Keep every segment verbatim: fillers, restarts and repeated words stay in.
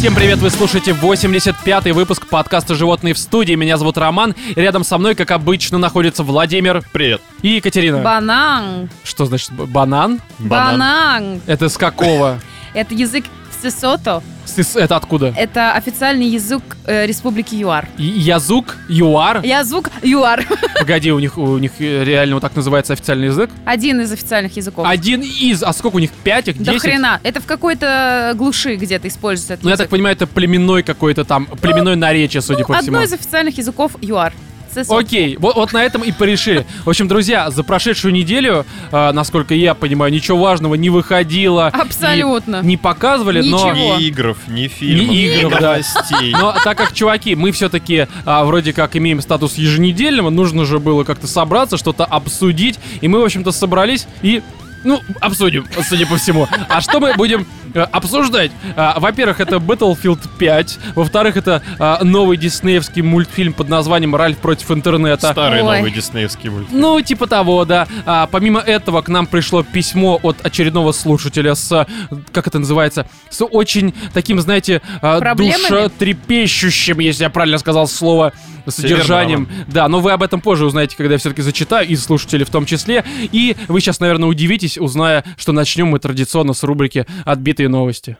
Всем привет, вы слушаете восемьдесят пятый выпуск подкаста «Животные в студии». Меня зовут Роман, рядом со мной, как обычно, находится Владимир. Привет. И Екатерина. Банан. Что значит банан? Банан. Банан. Это с какого? Это язык Сесото. Это откуда? Это официальный язык э, Республики ЮАР. Язык? ЮАР? Язык ЮАР. Погоди, у них, у них реально вот так называется официальный язык? Один из официальных языков. Один из? А сколько у них? Пять, их десять? Да хрена. Это в какой-то глуши где-то используется этот Ну, я язык. так понимаю, это племенной какой-то там, племенное наречие, судя ну, по всему. Одно из официальных языков ЮАР. Окей, вот, вот на этом и порешили. В общем, друзья, за прошедшую неделю, э, насколько я понимаю, ничего важного не выходило. Абсолютно. Не, не показывали, Ничего. но... Ни игров, ни фильмов, Ни игров, ни да. новостей. Но так как, чуваки, мы все-таки а, вроде как имеем статус еженедельного, нужно же было как-то собраться, что-то обсудить. И мы, в общем-то, собрались и... Ну, обсудим, судя по всему. А что мы будем э, обсуждать? А, во-первых, это Battlefield пять. Во-вторых, это а, новый диснеевский мультфильм под названием «Ральф против интернета». Старый Ой. новый диснеевский мультфильм. Ну, типа того, да. А, помимо этого, к нам пришло письмо от очередного слушателя с, как это называется, с очень таким, знаете, а, Проблемами? душетрепещущим, если я правильно сказал слово, содержанием. Да, но вы об этом позже узнаете, когда я все-таки зачитаю, и слушатели в том числе. И вы сейчас, наверное, удивитесь, узная, что начнем мы традиционно с рубрики «Отбитые новости».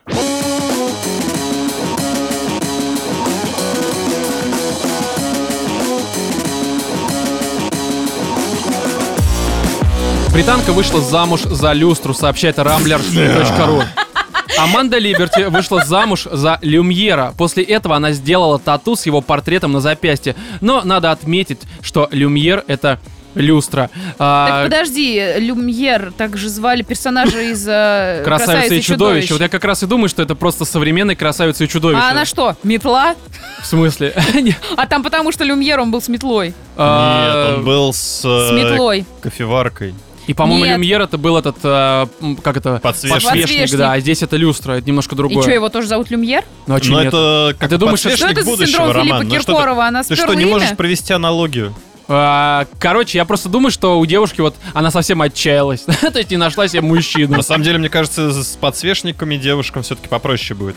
Британка вышла замуж за люстру, сообщает рамблер точка ру. Аманда Либерти вышла замуж за Люмьера. После этого она сделала тату с его портретом на запястье. Но надо отметить, что Люмьер — это люстра. Так А, подожди, Люмьер, так же звали персонажа из э, Красавица и чудовище. чудовищ. Вот я как раз и думаю, что это просто современный красавица и чудовище. А она что, метла? В смысле? А там потому что Люмьер, он был с метлой. Нет, А, он был с, С э, метлой. кофеваркой. И, по-моему, Нет. Люмьер это был этот, а, м, как это? Подсвечник. Подсвечник. да, а здесь это люстра, это немножко И другое. что, его тоже зовут Люмьер? Ну, а чё Но нет? это как ты думаешь, что- подсвечник Что это за будущего, синдром Роман. Филиппа Ну что ты- Киркорова? Она Ты что, сперла не имя? можешь провести аналогию? А, короче, я просто думаю, что у девушки вот она совсем отчаялась. То есть не нашла себе мужчину. На самом деле, мне кажется, с подсвечниками девушкам все-таки попроще будет.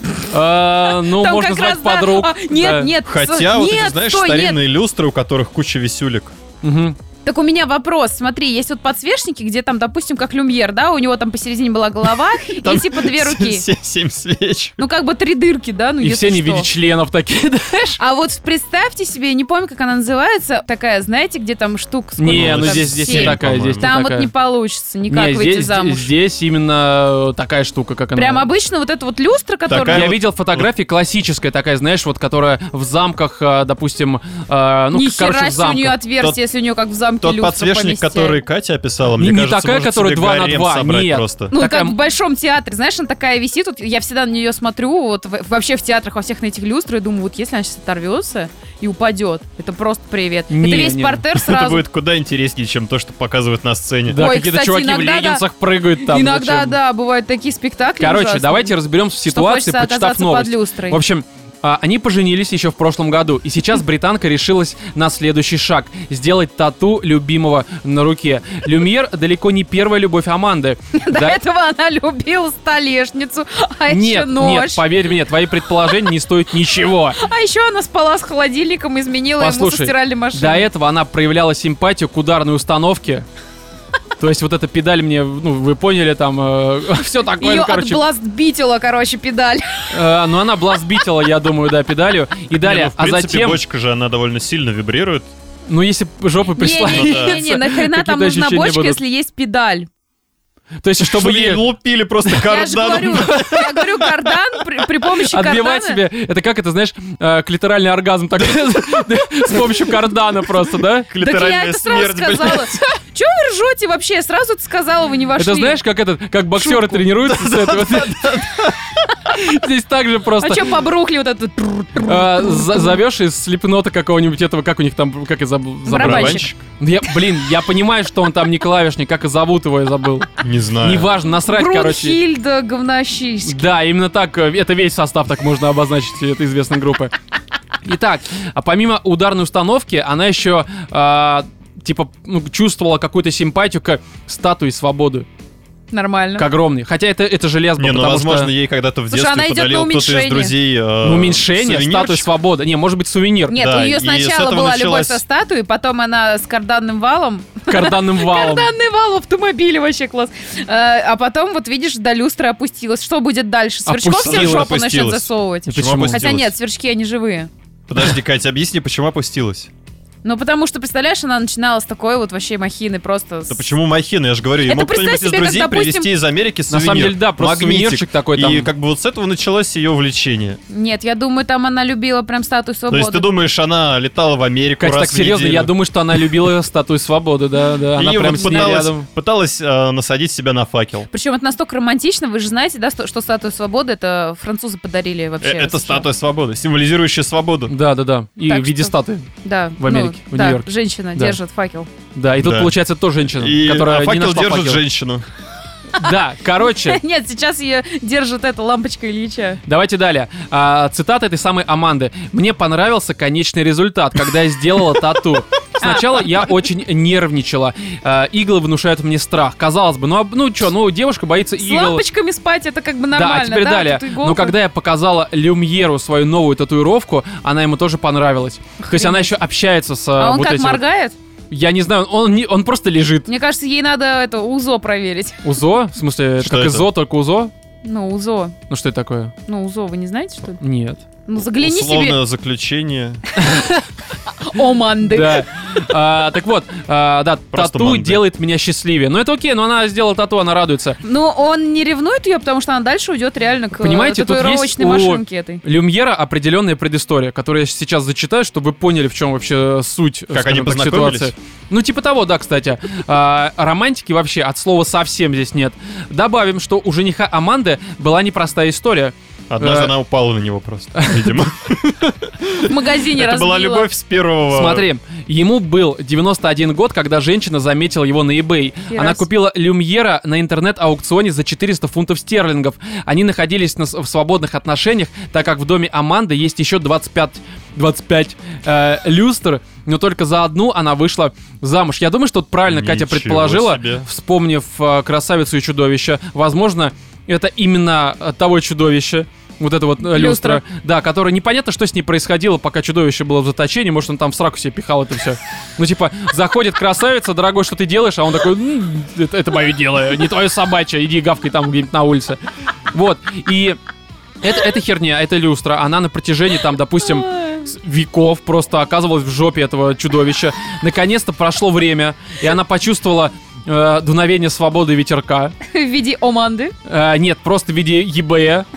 А, Ну, Там можно как звать раз, да, подруг. а, Нет, Да. нет. Хотя, с- вот эти, нет, знаешь, стой, нет. старинные люстры, у которых куча висюлек. Мгм. Так у меня вопрос, смотри, есть вот подсвечники, где там, допустим, как Люмьер, да, у него там посередине была голова и Там типа две руки. Семь, семь свеч. Ну как бы три дырки, да, ну И если все не в что. виде членов такие, знаешь? А вот представьте себе, не помню, как она называется, такая, знаете, где там штук сколько Не, там, ну здесь, здесь не семь. такая, здесь не Там вот такая. не получится никак Не, выйти здесь, замуж. здесь именно такая штука, как она. Прям обычно вот эта вот люстра, которая... Такая Я вот- видел фотографии классическая такая, знаешь, вот которая в замках, а, допустим, а, ну, Ни короче, хера в себе у нее замках. отверстие, Тот- если у нее как в замке Тот люстра подсвечник, поместили. который Катя описала, Не- мне не кажется, такая, может которая себе два на гарем два, собрать нет. просто. Ну, Такая- как в Большом театре, знаешь, она такая висит, вот я всегда на нее смотрю, вот в- вообще в театрах, во всех на этих люстрах, и думаю, вот если она сейчас оторвется и упадет, это просто привет. Не, это весь не. портер Это сразу. будет куда интереснее, чем то, что показывают на сцене. Да, Ой, какие-то кстати, чуваки в иногда, да. леггинсах прыгают там. Иногда, зачем? да, бывают такие спектакли Короче, ужасные, давайте разберемся в что ситуации, хочется почитав оказаться новость. под люстрой. В общем, а, они поженились еще в прошлом году, и сейчас британка решилась на следующий шаг — сделать тату любимого на руке. Люмьер далеко не первая любовь Аманды. До Да- этого она любила столешницу, а еще Нет, нож. нет, поверь мне, твои предположения не стоят ничего. А еще она спала с холодильником, изменила ему со Послушай, стиральной машиной. до этого она проявляла симпатию к ударной установке. То есть вот эта педаль мне, ну, вы поняли, там, все такое, Ее ну, короче. отбластбитила, короче, педаль. э, ну, она бластбитила, я думаю, да, педалью. И Не, далее, ну, в а принципе, затем, бочка же, она довольно сильно вибрирует. ну, если жопы прислали. Не-не-не, нахрена там какие-то нужна ощущения бочка, будут. если есть педаль? То есть, чтобы Чтобы ей ей лупили просто Я же говорю, карданом. я говорю, кардан при, при помощи отбивать кардана. себе, это как это, знаешь, э, клиторальный оргазм так, с помощью кардана просто, да? Так я Клиторальная это сразу смерть, блядь. сказала. Чего вы ржете вообще? Я сразу это сказала, вы не вошли. Это знаешь, как этот, как боксеры Шутку. тренируются с этого. Здесь также просто А что побрухли вот этот... э, за- зовешь из слепнота какого-нибудь этого, как у них там, как я забыл. забыл. Барабанщик. Я, блин, я понимаю, что он там не клавишник, как и зовут его, я забыл. Не знаю. Неважно, насрать, короче. Брунхильда говнощиська. Да, именно так, э, это весь состав так можно обозначить этой известной группы. Итак, а помимо ударной установки, она еще а, типа ну, чувствовала какую-то симпатию к статуе свободы. Нормально. К огромной. Хотя это, это же лесба, Не, ну, потому возможно, что... ей когда-то в Слушай, детстве она идет подарил на кто-то из уменьшение. друзей э, Ну, уменьшение, статуя сувенирчик. свободы. Не, может быть, сувенир. Нет, Да, у нее и с сначала этого была началась- любовь со статуей, потом она с карданным валом. Карданным валом. Карданный вал в автомобиле, вообще класс. Э, А потом, вот видишь, до люстры опустилась. Что будет дальше? Сверчков всем в Опустилась, жопу начнет опустилась. засовывать. Почему Почему? опустилась? Хотя нет, сверчки, они живые. Подожди, Катя, объясни, почему опустилась? Ну, потому что, представляешь, она начинала с такой вот вообще махины просто... с- Да почему махина? Я же говорю, ей Это мог кто-нибудь представь из себе, как, друзей допустим, привезти из Америки На сувенир. самом деле, да, просто магнитик. сувенирчик такой там. И как бы вот с этого началось ее увлечение. Нет, я думаю, там она любила прям статую То свободы. есть ты думаешь, она летала в Америку Катя, раз так в серьезно, неделю? я думаю, что она любила статую свободы, да, да. Она И прям вот с ней пыталась, рядом. пыталась э, насадить себя на факел. Причем это настолько романтично, вы же знаете, да, что, что статую свободы это французы подарили вообще. Э, Это США. статуя свободы, символизирующая свободу. Да, да, да. И Так в виде что- статуи. Да, в Америке, ну, в да, Нью-Йорке. женщина Да. держит факел. Да, и тут Да. получается то женщина, И которая а не факел нашла держит факел. женщину. Да, короче, Нет, сейчас ее держит эта лампочка Ильича. давайте далее. А, цитата этой самой Аманды. «Мне понравился конечный результат, когда я сделала тату. Сначала я очень нервничала. А, иглы внушают мне страх. Казалось бы, ну, а- ну что, ну девушка боится С игл. лампочками спать это как бы Да, нормально, а теперь да? далее. Тут иголка. Но когда я показала Люмьеру свою новую татуировку, она ему тоже понравилась. То есть она еще общается с А он вот как этим... моргает? Я не знаю, он, не- он просто лежит. Мне кажется, ей надо это УЗО проверить. УЗО? В смысле, это Что как это? ИЗО, только УЗО? Ну, УЗО. Ну что это такое? Ну, УЗО, вы не знаете, что ли? Нет. Ну, загляни Условное заключение. себе. О, манды. Да. А, так вот, а, да, Просто тату манды. делает меня счастливее. Ну это окей, но она сделала тату, она радуется. Но он не ревнует ее, потому что она дальше уйдет реально к Понимаете, э, тут татуировочной есть у- машинке этой. Люмьера определенная предыстория, которую я сейчас зачитаю, чтобы вы поняли, в чем вообще суть, Как скажем они так, познакомились? ситуации. Ну, типа того, да, кстати. А, романтики вообще от слова совсем здесь нет. Добавим, что у жениха Аманды была непростая история. Однажды Э. она упала на него просто, видимо. В магазине Это была разбила. любовь с первого... Смотри, ему был девяносто один год, когда женщина заметила его на eBay. И Она раз. купила Люмьера на интернет-аукционе за четыреста фунтов стерлингов. Они находились на с- в свободных отношениях, так как в доме Аманды есть еще двадцать пять, двадцать пять э, люстр, но только за одну она вышла замуж. Я думаю, что тут правильно Катя Ничего предположила, себе. вспомнив э, «Красавицу и чудовище». Возможно, это именно э, того чудовища. Вот это вот э, люстра. Люстра. Да, которая непонятно, что с ней происходило, пока чудовище было в заточении. Может, он там в сраку себе пихал это все. Ну, типа, заходит красавица, дорогой, что ты делаешь? А он такой, «М, это, это мое дело, не твое собачье, иди гавкай там где-нибудь на улице. Вот, и это, это херня, это люстра. Она на протяжении, там, допустим, с- веков просто оказывалась в жопе этого чудовища. Наконец-то прошло время, и она почувствовала э, дуновение свободы ветерка. В виде Оманды. Э, нет, просто в виде eBay.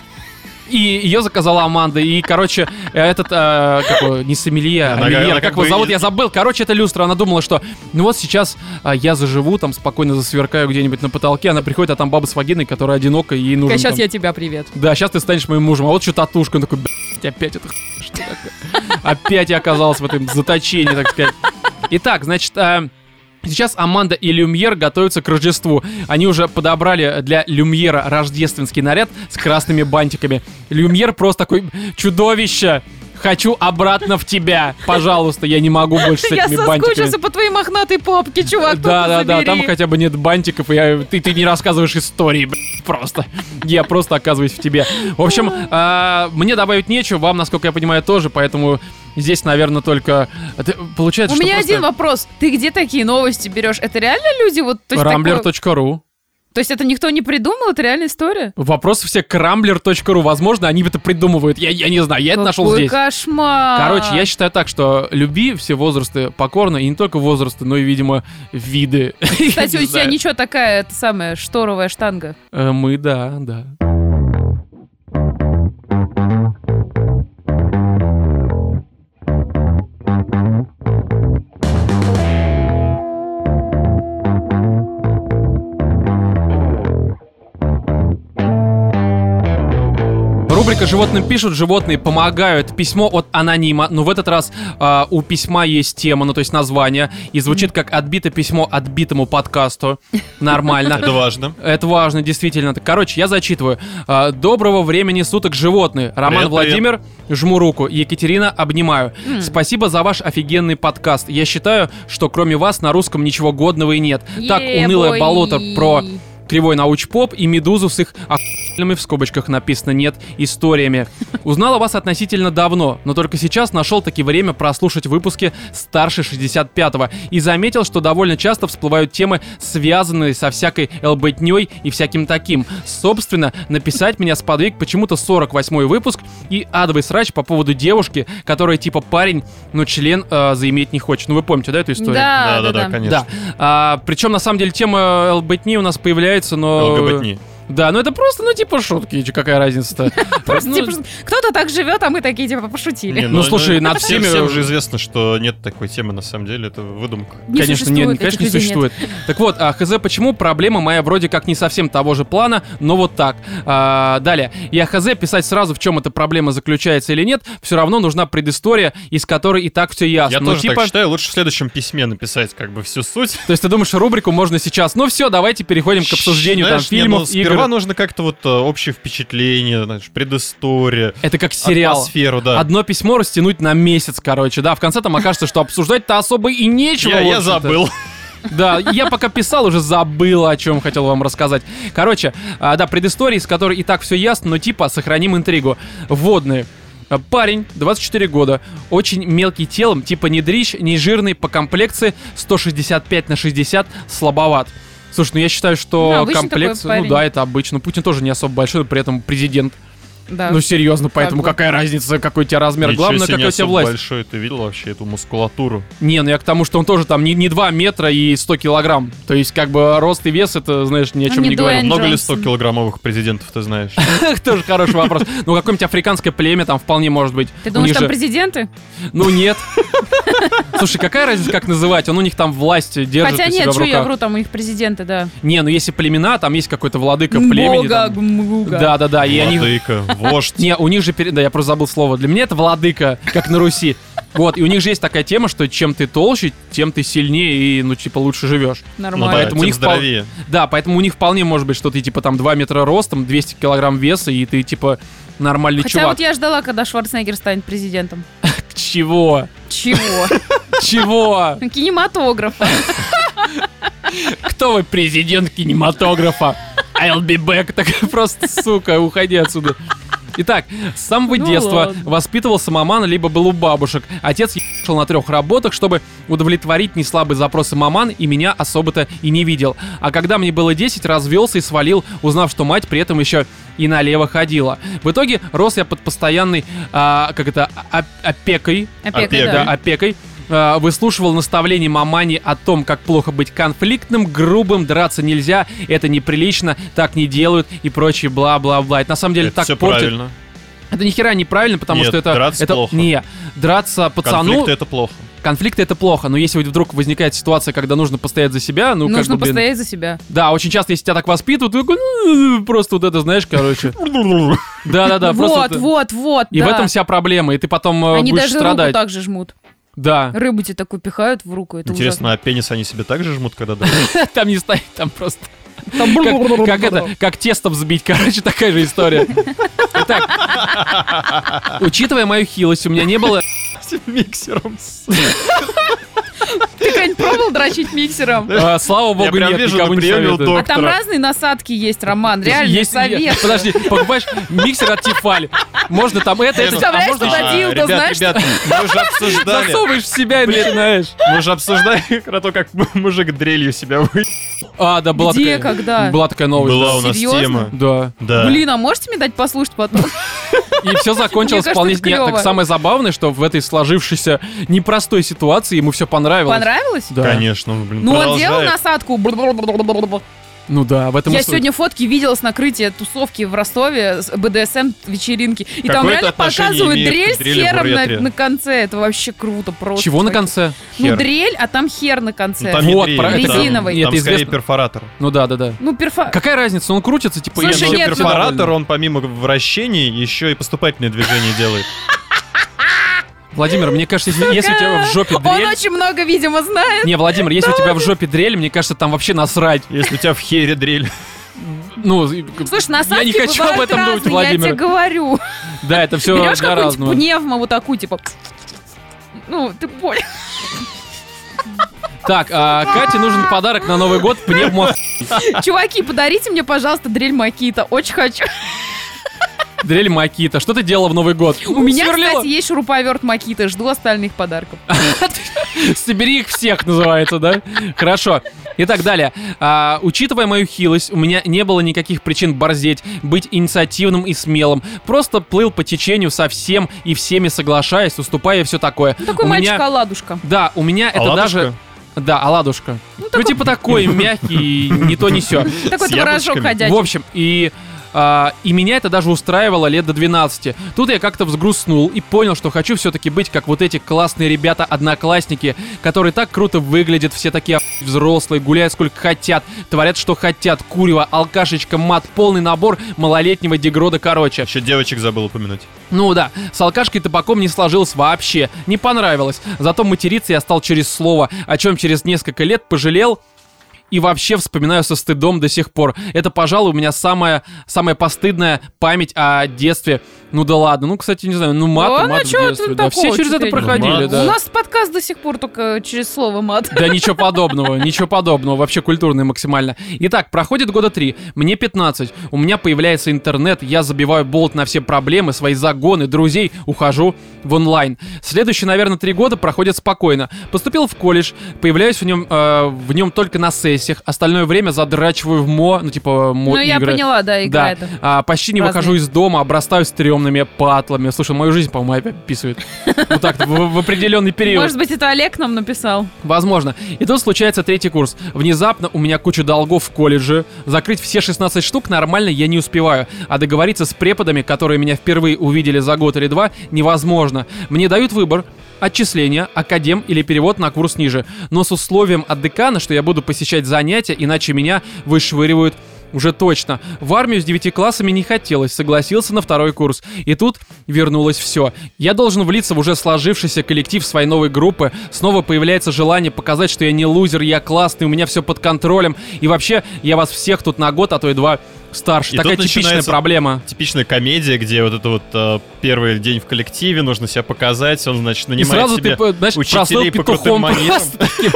И ее заказала Аманда. И, короче, э, этот, э, как его, не сомелье, а Она- Мильер, она как как его бы зовут, и- я забыл. Короче, это люстра. Она думала, что, ну вот сейчас а, я заживу, там спокойно засверкаю где-нибудь на потолке. Она приходит, а там баба с вагиной, которая одинока, и ей нужен Сейчас там- я тебя привет. Да, сейчас ты станешь моим мужем. А вот что татушка. Он такой, блядь, опять это х- что такое? Опять я оказался в этом заточении, так сказать. Итак, значит, а, сейчас Аманда и Люмьер готовятся к Рождеству. Они уже подобрали для Люмьера рождественский наряд с красными бантиками. Люмьер просто такой, чудовище! Хочу обратно в тебя. Пожалуйста, я не могу больше с Я этими бантиками. соскучился по твоей мохнатой попке, чувак. Да, да, да, забери. там хотя бы нет бантиков, и я, ты, ты не рассказываешь истории, блядь, просто. Я просто оказываюсь в тебе. В общем, а, мне добавить нечего, вам, насколько я понимаю, тоже, поэтому здесь, наверное, только... Это получается, У что меня просто один вопрос. Ты где такие новости берешь? Это реально люди вот... То есть, рамблер такое- точка ру. то есть это никто не придумал? Это реальная история? Вопросы все к рамблер точка ру. Возможно, они это придумывают. Я, я не знаю, я это нашел Какой здесь. кошмар. Короче, я считаю так, что любви все возрасты покорны, и не только возрасты, но и, видимо, виды. Кстати, Я не у тебя знаю. ничего такая, это самая шторовая штанга. Э, Мы, да, да. Рубрика «Животным пишут», животные помогают. Письмо от анонима. Но в этот раз а, у письма есть тема, ну то есть название. И звучит как «Отбито письмо отбитому подкасту». Нормально. Это важно. Это важно, действительно. Так, короче, я зачитываю. А, Доброго времени суток, животные. Роман Привет, привет. Владимир, жму руку. Екатерина, обнимаю. Спасибо за ваш офигенный подкаст. Я считаю, что кроме вас на русском ничего годного и нет. Так, Е, унылое бой. болото про Кривой научпоп и Медузу с их охуенными, в скобочках написано «нет», историями. Узнал о вас относительно давно, но только сейчас нашел таки время прослушать выпуски старше шестьдесят пятого и заметил, что довольно часто всплывают темы, связанные со всякой ЛБтней и всяким таким. Собственно, написать меня сподвиг почему-то сорок восьмой выпуск и адовый срач по поводу девушки, которая типа парень, но член э, заиметь не хочет. Ну вы помните, да, эту историю? Да, да, Да-да-да, да. конечно. Да. А, причем, на самом деле, тема ЛБтни у нас появляется, но... ЛГБТни. Да, ну это просто, ну, типа шутки, чё, какая разница-то? Просто, Ну, типа, кто-то так живет, а мы такие, типа, пошутили. Не, Ну, слушай, над всем, всеми- всем уже известно, что нет такой темы, на самом деле, это выдумка. Не Конечно, существует, нет, конечно, не этих людей существует. Так вот, а, хз, почему проблема моя вроде как не совсем того же плана, но вот так. А, далее. Я хз, писать сразу, в чем эта проблема заключается или нет, все равно нужна предыстория, из которой и так все ясно. Я Ну, тоже типа, так считаю, лучше в следующем письме написать как бы всю суть. То есть ты думаешь, рубрику можно сейчас? Ну все, давайте переходим к обсуждению Знаешь, там не, фильмов, ну, сперва игр. нужно как-то вот э, общее впечатление, знаешь, предыстория, Это как сериал. атмосферу, да. Одно письмо растянуть на месяц, короче, да. В конце там окажется, что обсуждать-то особо и нечего. Я, в я общем-то. забыл. Да, я пока писал, уже забыл, о чем хотел вам рассказать. Короче, а, да, предыстория, из которой и так все ясно, но типа сохраним интригу. Вводные. А, Парень, двадцать четыре года, очень мелкий телом, типа не дрищ, не жирный, по комплекции сто шестьдесят пять на шестьдесят, слабоват. Слушай, ну я считаю, Ну, что обычный комплекция, такой ну парень. да, это обычно. Путин тоже не особо большой, но при этом президент. Да. Ну серьезно, поэтому бы. какая разница, какой у тебя размер? Ничего Главное, себе, не какая у тебя особо власть. большой, ты видел вообще эту мускулатуру? Не, ну я к тому, что он тоже там не, не два метра и сто килограмм. То есть, как бы, рост и вес, это, знаешь, ни о Ну, чем не не Дуэйн говорит. Много ли Джонсон. сто килограммовых президентов ты знаешь? Тоже хороший вопрос. Ну, какое-нибудь африканское племя там вполне может быть. Ты У думаешь, них там же- президенты? Ну, нет. Слушай, какая разница, как называть? Он у них там власть держит Хотя у себя нет, в что я руках. вру, там у них президенты, да. Не, ну если племена, там есть какой-то владыка племени. Мгога, там. гмгуга. Да-да-да, и они... Владыка, вождь. Не, у них же, пере- да, я просто забыл слово. Для меня это владыка, как на Руси. Вот, и у них же есть такая тема, что чем ты толще, тем ты сильнее и, ну, типа, лучше живешь. Ну Нормально. да, поэтому у тем них впол- здоровее. Да, поэтому у них вполне может быть, что ты, типа, там два метра ростом, двести килограмм веса, и ты, типа, нормальный Хотя чувак. вот я ждала, когда Шварценеггер станет президентом. Чего? Чего? Чего? Кинематограф. Кто вы, президент кинематографа? I'll be back. Так просто, сука, уходи отсюда. Итак, с самого Ну детства ладно. воспитывался маман, либо был у бабушек. Отец ебашил на трех работах, чтобы удовлетворить неслабые запросы маман, и меня особо-то и не видел. А когда мне было десять, развелся и свалил, узнав, что мать при этом еще и налево ходила. В итоге рос я под постоянной, а, как это, а- опекой, Опека, Опека. да, да. опекой. Э, выслушивал наставления мамани о том, как плохо быть конфликтным, грубым, драться нельзя, это неприлично, так не делают и прочее бла-бла-бла. Это на самом деле Это так все портит. правильно. Это ни хера неправильно, потому Нет, что это... драться это плохо. Не, драться пацану... Конфликты это плохо. Конфликты это плохо, но если вот вдруг возникает ситуация, когда нужно постоять за себя, ну Нужно как бы, блин... постоять за себя. Да, очень часто, если тебя так воспитывают, ты такой, «Ну, просто вот это, знаешь, короче. Да-да-да, просто... Вот, это- вот, вот, И в этом вся проблема, и ты потом э, Они будешь даже страдать. руку так же жмут. Да. Рыбу тебе такую пихают в руку, это Интересно, а пенис они себе также жмут, когда дают? Там не стоит, там просто... ужасно. Как, как это, как тесто взбить, короче, такая же история. Итак, учитывая мою хилость, у меня не было... Миксером. Ты когда-нибудь пробовал дрочить миксером? а, слава Я богу, прям нет, вижу никому на не приеме у советую. А там доктора. разные насадки есть, Роман, реально, Есть- совет. Подожди, покупаешь миксер от Тефаль. Можно там это, это, а Представляешь, можно туда еще... дилдо, Ребят, знаешь, ребят, мы уже обсуждали. Засовываешь в себя и начинаешь. Мы же обсуждали про то, как мужик дрелью себя вы... А, да, была Где, такая... когда? Была такая новость. Была да. у нас Серьезно? тема. Да. Да. Блин, а можете мне дать послушать потом? И все закончилось Мне кажется, вполне... это Нет, так клёво. самое забавное, что в этой сложившейся непростой ситуации ему все понравилось. Понравилось? Да. Конечно, ну, блин, Ну, он делал продолжает. насадку. Бр-бр-бр-бр-бр-бр. Ну да, в этом и Я суть. сегодня фотки видела с накрытия тусовки в Ростове, с БДСМ вечеринки. И там Какое-то реально отношение показывают имеет дрель к с дрели в хером на, уретре? на конце. Это вообще круто просто. Чего на вообще. конце? Ну, Хер. дрель, а там хер на конце. Ну, там не Вот, дрель, про- там- это- Резиновый. Нет, Там это скорее известно. перфоратор. Ну да, да, да. Ну, перфа... Какая разница? Он крутится, типа... Слушай, и Ну, нет, всё перфоратор, довольны. он помимо вращений еще и поступательные движения делает. Владимир, мне кажется, если, если у тебя в жопе Он дрель... очень много, видимо, знает. Не, Владимир, если у тебя в жопе дрель, мне кажется, там вообще насрать. Если у тебя в хере дрель. Ну, и- Слушай, насадки я не хочу об бывают этом думать, разные, я тебе Владимир. говорю. Да, это все Берешь для какую-нибудь разного. пневмо вот такую, типа... Ну, ты понял. Так, а, Кате нужен подарок на Новый год. Пневмо... Чуваки, подарите мне, пожалуйста, дрель Макита. Очень хочу. Дрель Макита. Что ты делала в Новый год? У меня, Сверлила? кстати, есть шуруповерт Макита. Жду остальных подарков. Собери их всех, называется, да? Хорошо. Итак, далее. А, учитывая мою хилость, у меня не было никаких причин борзеть, быть инициативным и смелым. Просто плыл по течению со всем и всеми соглашаясь, уступая и все такое. Ну, такой у меня... мальчик-оладушка. Да, у меня это Оладушка? даже... Да, оладушка. Ну, такой- типа такой мягкий, не то, не сё. Такой С творожок яблочками. ходячий. В общем, и... А, и меня это даже устраивало лет до двенадцати. Тут я как-то взгрустнул и понял, что хочу все-таки быть как вот эти классные ребята-одноклассники, которые так круто выглядят, все такие охуеть взрослые, гуляют сколько хотят, творят что хотят, курево, алкашечка, мат, полный набор малолетнего дегрода, короче. Еще девочек забыл упомянуть. Ну да, с алкашкой табаком не сложилось вообще, не понравилось. Зато материться я стал через слово, о чем через несколько лет пожалел. И вообще вспоминаю со стыдом до сих пор. Это, пожалуй, у меня самая, самая постыдная память о детстве. Ну да ладно, ну, кстати, не знаю, ну мат, Да, мат ну в чё детстве. тут Да, такого, все через чё это ты- проходили, Мат. да. У нас подкаст до сих пор только через слово мат. Да ничего подобного, ничего подобного, вообще культурный максимально. Итак, проходит года три, мне пятнадцать, у меня появляется интернет, я забиваю болт на все проблемы, свои загоны, друзей, ухожу в онлайн. Следующие, наверное, три года проходят спокойно. Поступил в колледж, появляюсь в нем, э, в нем только на сессиях, остальное время задрачиваю в мо, ну типа мо Ну, я игры. поняла, да, игра Да, это. а, почти не Разные. выхожу из дома, обрастаю стрёмными патлами. Слушай, мою жизнь, по-моему, опять описывает. Вот так, в, в определенный период. Может быть, это Олег нам написал. Возможно. И тут случается третий курс. Внезапно у меня куча долгов в колледже. Закрыть все шестнадцать штук нормально я не успеваю. А договориться с преподами, которые меня впервые увидели за год или два, невозможно. Мне дают выбор: отчисление, академ или перевод на курс ниже. Но с условием от декана, что я буду посещать занятия, иначе меня вышвыривают уже точно. В армию с девяти классами не хотелось, согласился на второй курс. И тут вернулось все. Я должен влиться в уже сложившийся коллектив своей новой группы. Снова появляется желание показать, что я не лузер, я классный, у меня все под контролем. И вообще, я вас всех тут на год, а то и два старше. И Такая тут типичная начинается проблема. Типичная комедия, где вот это вот э, первый день в коллективе, нужно себя показать, он, значит, И нанимает сразу себе ты, знаешь, проснул учителей по крутым петухом монетам. просто таким.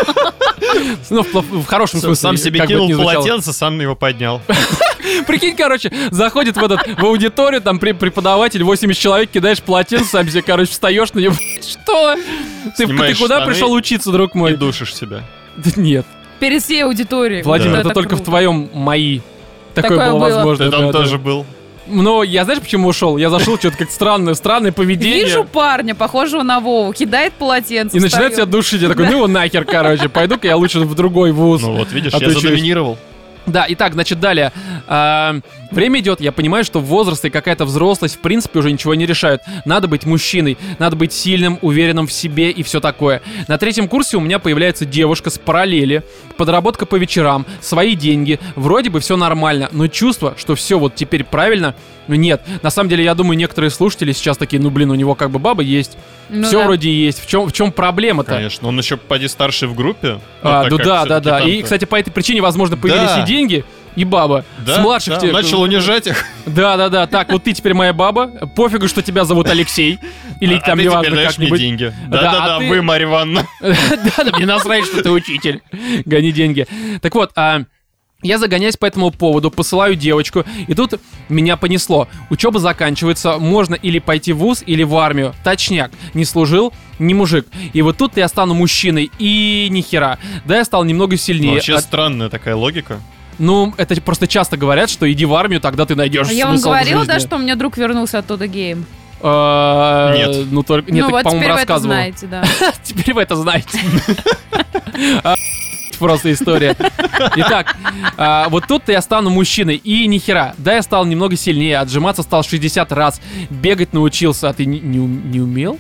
Ну, в в хорошем смысле. Сам себе как бы это кинул ни звучало. полотенце, сам его поднял. Прикинь, короче, заходит в этот в аудиторию, там при- преподаватель, восемьдесят человек, кидаешь полотенце, сам себе, короче, встаешь на него. Что? Ты, ты Снимаешь куда штаны пришел учиться, друг И мой? душишь себя. Да нет. Перед всей аудиторией. Владимир, Вот это только в круто. твоем мои. Такое, Такое было было. возможно. Ты там да, да. тоже был. Но я знаешь, почему ушел? Я зашел, что-то как странное, странное поведение. Вижу парня, похожего на Вову, кидает полотенце. И начинает себя встает. душить. Я такой, ну его нахер, короче. Пойду-ка я лучше в другой вуз. Ну вот, видишь, я Отучусь. задоминировал. Да, итак, значит, далее. А, время идет, я понимаю, что возраст и какая-то взрослость в принципе уже ничего не решают. Надо быть мужчиной, надо быть сильным, уверенным в себе и все такое. На третьем курсе у меня появляется девушка с параллели, подработка по вечерам, свои деньги, вроде бы все нормально, но чувство, что все вот теперь правильно, ну нет. На самом деле, я думаю, некоторые слушатели сейчас такие, ну блин, у него как бы баба есть, Ну все да. вроде есть, в чем, в чем проблема-то? Конечно. Он еще поди старший в группе. Ну, А, так ну как да, да, всё-таки да. И, там-то- кстати, по этой причине, возможно, появились Да. и деньги, и баба. Да, С младших да, те- начал унижать их. Да, да, да. Так, вот ты теперь моя баба. Пофигу, что тебя зовут Алексей. Или а там, ты неважно, теперь даешь мне как-нибудь. деньги. Да, Да-да-да, а ты- вы, Марья Ивановна. Да, да, мне насрать, что ты учитель. Гони деньги. Так вот, а... я загоняюсь по этому поводу, посылаю девочку, и тут меня понесло. Учеба заканчивается, можно или пойти в вуз, или в армию. Точняк, не служил, не мужик. И вот тут я стану мужчиной, и нихера. Да, я стал немного Ну, сильнее. Вообще А- странная такая логика. Ну, это просто часто говорят, что иди в армию, тогда ты найдешь А я вам смысл в говорила, жизни. да, что у меня друг вернулся оттуда геем. А, Нет. Ну, только... Нет, ну ты, вот по-моему, теперь вы это рассказывал. знаете, да. Теперь вы это знаете. А, Просто история. Итак, а, вот тут я стану мужчиной, и нихера. Да, я стал немного сильнее, отжиматься стал шестьдесят раз, бегать научился, а ты не, не, ум- не умел?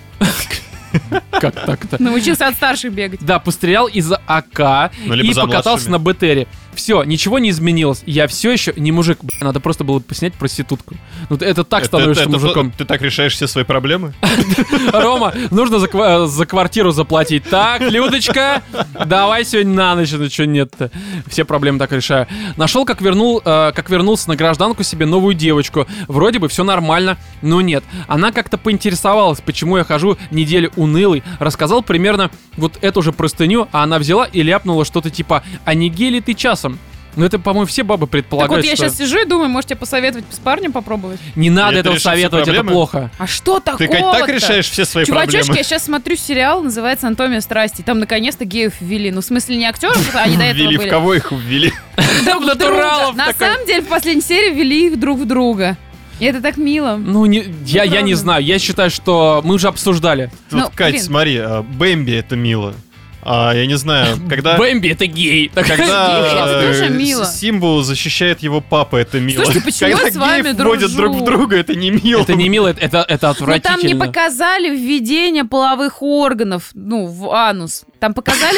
Как так-то? Научился от старших бегать. Да, пострелял из АК Ну, либо и за покатался младшими. на БТРе. Все, ничего не изменилось. Я все еще не мужик. Бля, надо просто было снять проститутку. Ну, это так Это- становишься это- мужиком. Ты так решаешь все свои проблемы? Рома, нужно за, ква- за квартиру заплатить. Так, Людочка, давай сегодня на ночь. Ну что нет-то? Все проблемы так решаю. Нашел, как, вернул, э, как вернулся на гражданку себе новую девочку. Вроде бы все нормально, но нет. Она как-то поинтересовалась, почему я хожу неделю унылый, рассказал примерно вот эту же простыню, а она взяла и ляпнула что-то типа «А не гей ли ты часом?» Ну это, по-моему, все бабы Так предполагают, вот я что... сейчас сижу и думаю, может тебе посоветовать с парнем попробовать? Не надо И это этого решит все советовать, это проблемы? плохо. А что такого? Ты, Кать, так решаешь все свои Чувачочки, проблемы. я сейчас смотрю сериал, называется «Анатомия страсти». Там наконец-то геев ввели. Ну, в смысле, не актеров, они до этого Ввели, в были. кого их ввели? Друг в друга. Натуралов На такой. самом деле, в последней серии ввели их друг в друга. И это так мило. Ну, не, я, я не правда. знаю, я считаю, что мы уже обсуждали. Тут, Ну, Кать, блин. смотри, а, Бэмби это мило. А, я не знаю, когда... Бэмби это гей. Так- Когда Это э, тоже мило. С- Симбу защищает его папа, это мило. Слушайте, почему я Когда с вами геи вводят дружу? друг в друга, это не мило. Это не мило, это, это Но отвратительно. там не показали введение половых органов, ну, в анус. Там показали...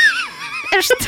Что?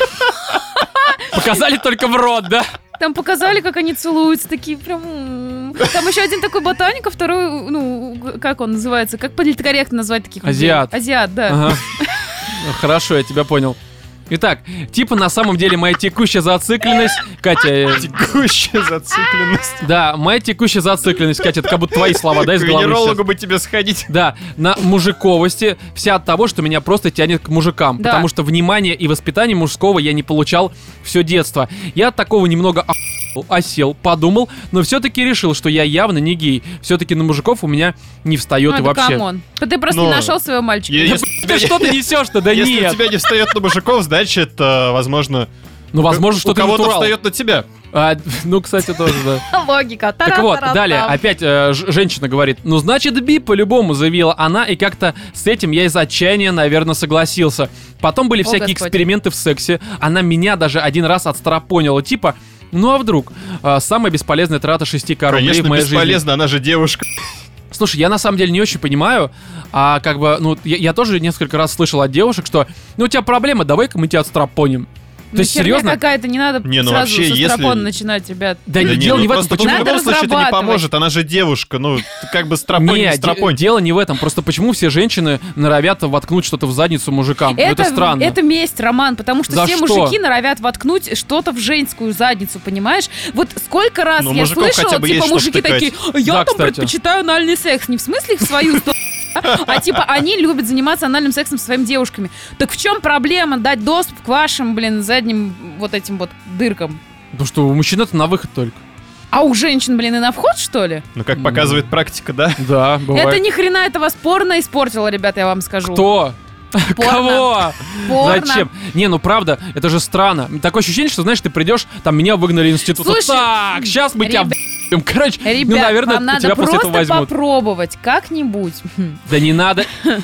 Показали только в рот, да? Там показали, как они целуются, такие прям... м. Там еще один такой ботаник, а второй, ну, как он называется? Как политкорректно назвать таких людей? Азиат. Азиат, да. Ага. Ну, хорошо, я тебя понял. Итак, типа на самом деле моя текущая зацикленность, Катя, э, Текущая зацикленность. да, моя текущая зацикленность, Катя, это как будто твои слова, да, из К головы венерологу сейчас. бы тебе сходить. Да, на мужиковости, вся от того, что меня просто тянет к мужикам. Да. Потому что внимания и воспитания мужского я не получал все детство. Я от такого немного охуел, осел, подумал, но все-таки решил, что я явно не гей. Все-таки на мужиков у меня не встает Ну, и это вообще. камон. Да ты просто Но не нашел своего мальчика. е- Да если- Ты что ты несешь-то? Да Если у нет. тебя не встает на мужиков, значит, э, возможно, Ну, возможно, у что ты кого-то натурал. встает на тебя. А, ну, кстати, тоже, да. Логика. Так вот, Тара-тара-там. далее, опять э, ж- женщина говорит, ну, значит, би по-любому, заявила она, и как-то с этим я из отчаяния, наверное, согласился. Потом были О, всякие Господь. эксперименты в сексе, она меня даже один раз отстарапонила, типа, ну, а вдруг? А, самая бесполезная трата шести рублей в Конечно, моей жизни. бесполезно, она же девушка. Слушай, я на самом деле не очень понимаю, а как бы, ну, я, я тоже несколько раз слышал от девушек, что, ну, у тебя проблема, давай-ка мы тебя отстрапоним. Ну, То есть, херня серьезно? какая-то, не надо Не, ну сразу вообще, со если- стропона начинать, ребят. Да, Да не, не, дело ну не в этом, просто почему... в Надо любом случае это не разрабатывать. поможет, она же девушка, ну, ты как бы страпонь, не Не, де- страпонь. дело не в этом. Просто почему все женщины норовят воткнуть что-то в задницу мужикам? Ну, это, странно. это месть, Роман, потому что За все что? мужики норовят воткнуть что-то в женскую задницу, понимаешь? Вот сколько раз Ну, я мужиков слышала, хотя бы типа, есть что мужики втыкать. такие, я Да, там кстати. предпочитаю анальный секс. Не в смысле в свою сторону, а типа они любят заниматься анальным сексом со своими девушками. Так в чем проблема дать доступ к вашим, блин, задним вот этим вот дыркам? Потому что у мужчин это на выход только. А у женщин, блин, и на вход, что ли? Ну, как показывает практика, да? Да, бывает. Это ни хрена это вас порно испортило, ребята, я вам скажу. Кто? Порно. Кого? Порно. Зачем? Не, ну правда, это же странно. Такое ощущение, что, знаешь, ты придешь, там меня выгнали из института. Слушай, так, сейчас мы тебя ребят, в***ем. Короче, Ребят, ну, наверное, вам надо тебя после этого просто возьмут. попробовать как-нибудь. Да не надо.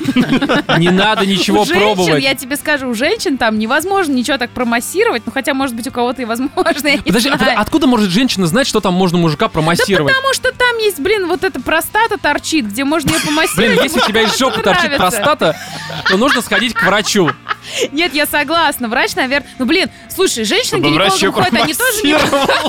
Не надо ничего у женщин, пробовать. я тебе скажу, у женщин там невозможно ничего так промассировать, ну хотя, может быть, у кого-то и возможно, я не Подожди, а знаю. откуда может женщина знать, что там можно мужика промассировать? Потому что там есть, блин, вот эта простата торчит, где можно ее помассировать. Блин, если у тебя из жопы торчит Нравится. простата, то нужно сходить к врачу. Нет, я согласна, врач, наверное... Ну, блин, слушай, женщины к Чтобы врач её гинекологам ходят, они тоже не... промассировал.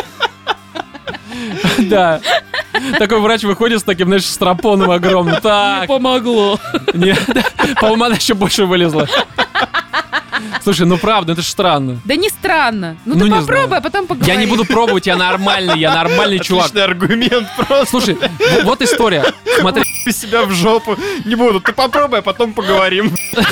Да. Такой врач выходит с таким, знаешь, стропоном огромным. Так. помогло. Нет, по-моему, она еще больше вылезла. Слушай, ну правда, это же странно. Да не странно. Ну, Ну, ты не попробуй, знаю. а потом поговори. Я не буду пробовать, я нормальный, я нормальный чувак. Отличный аргумент просто. Слушай, в- вот история. Смотри, Ты себя в жопу. Не буду. Ты попробуй, а потом поговорим.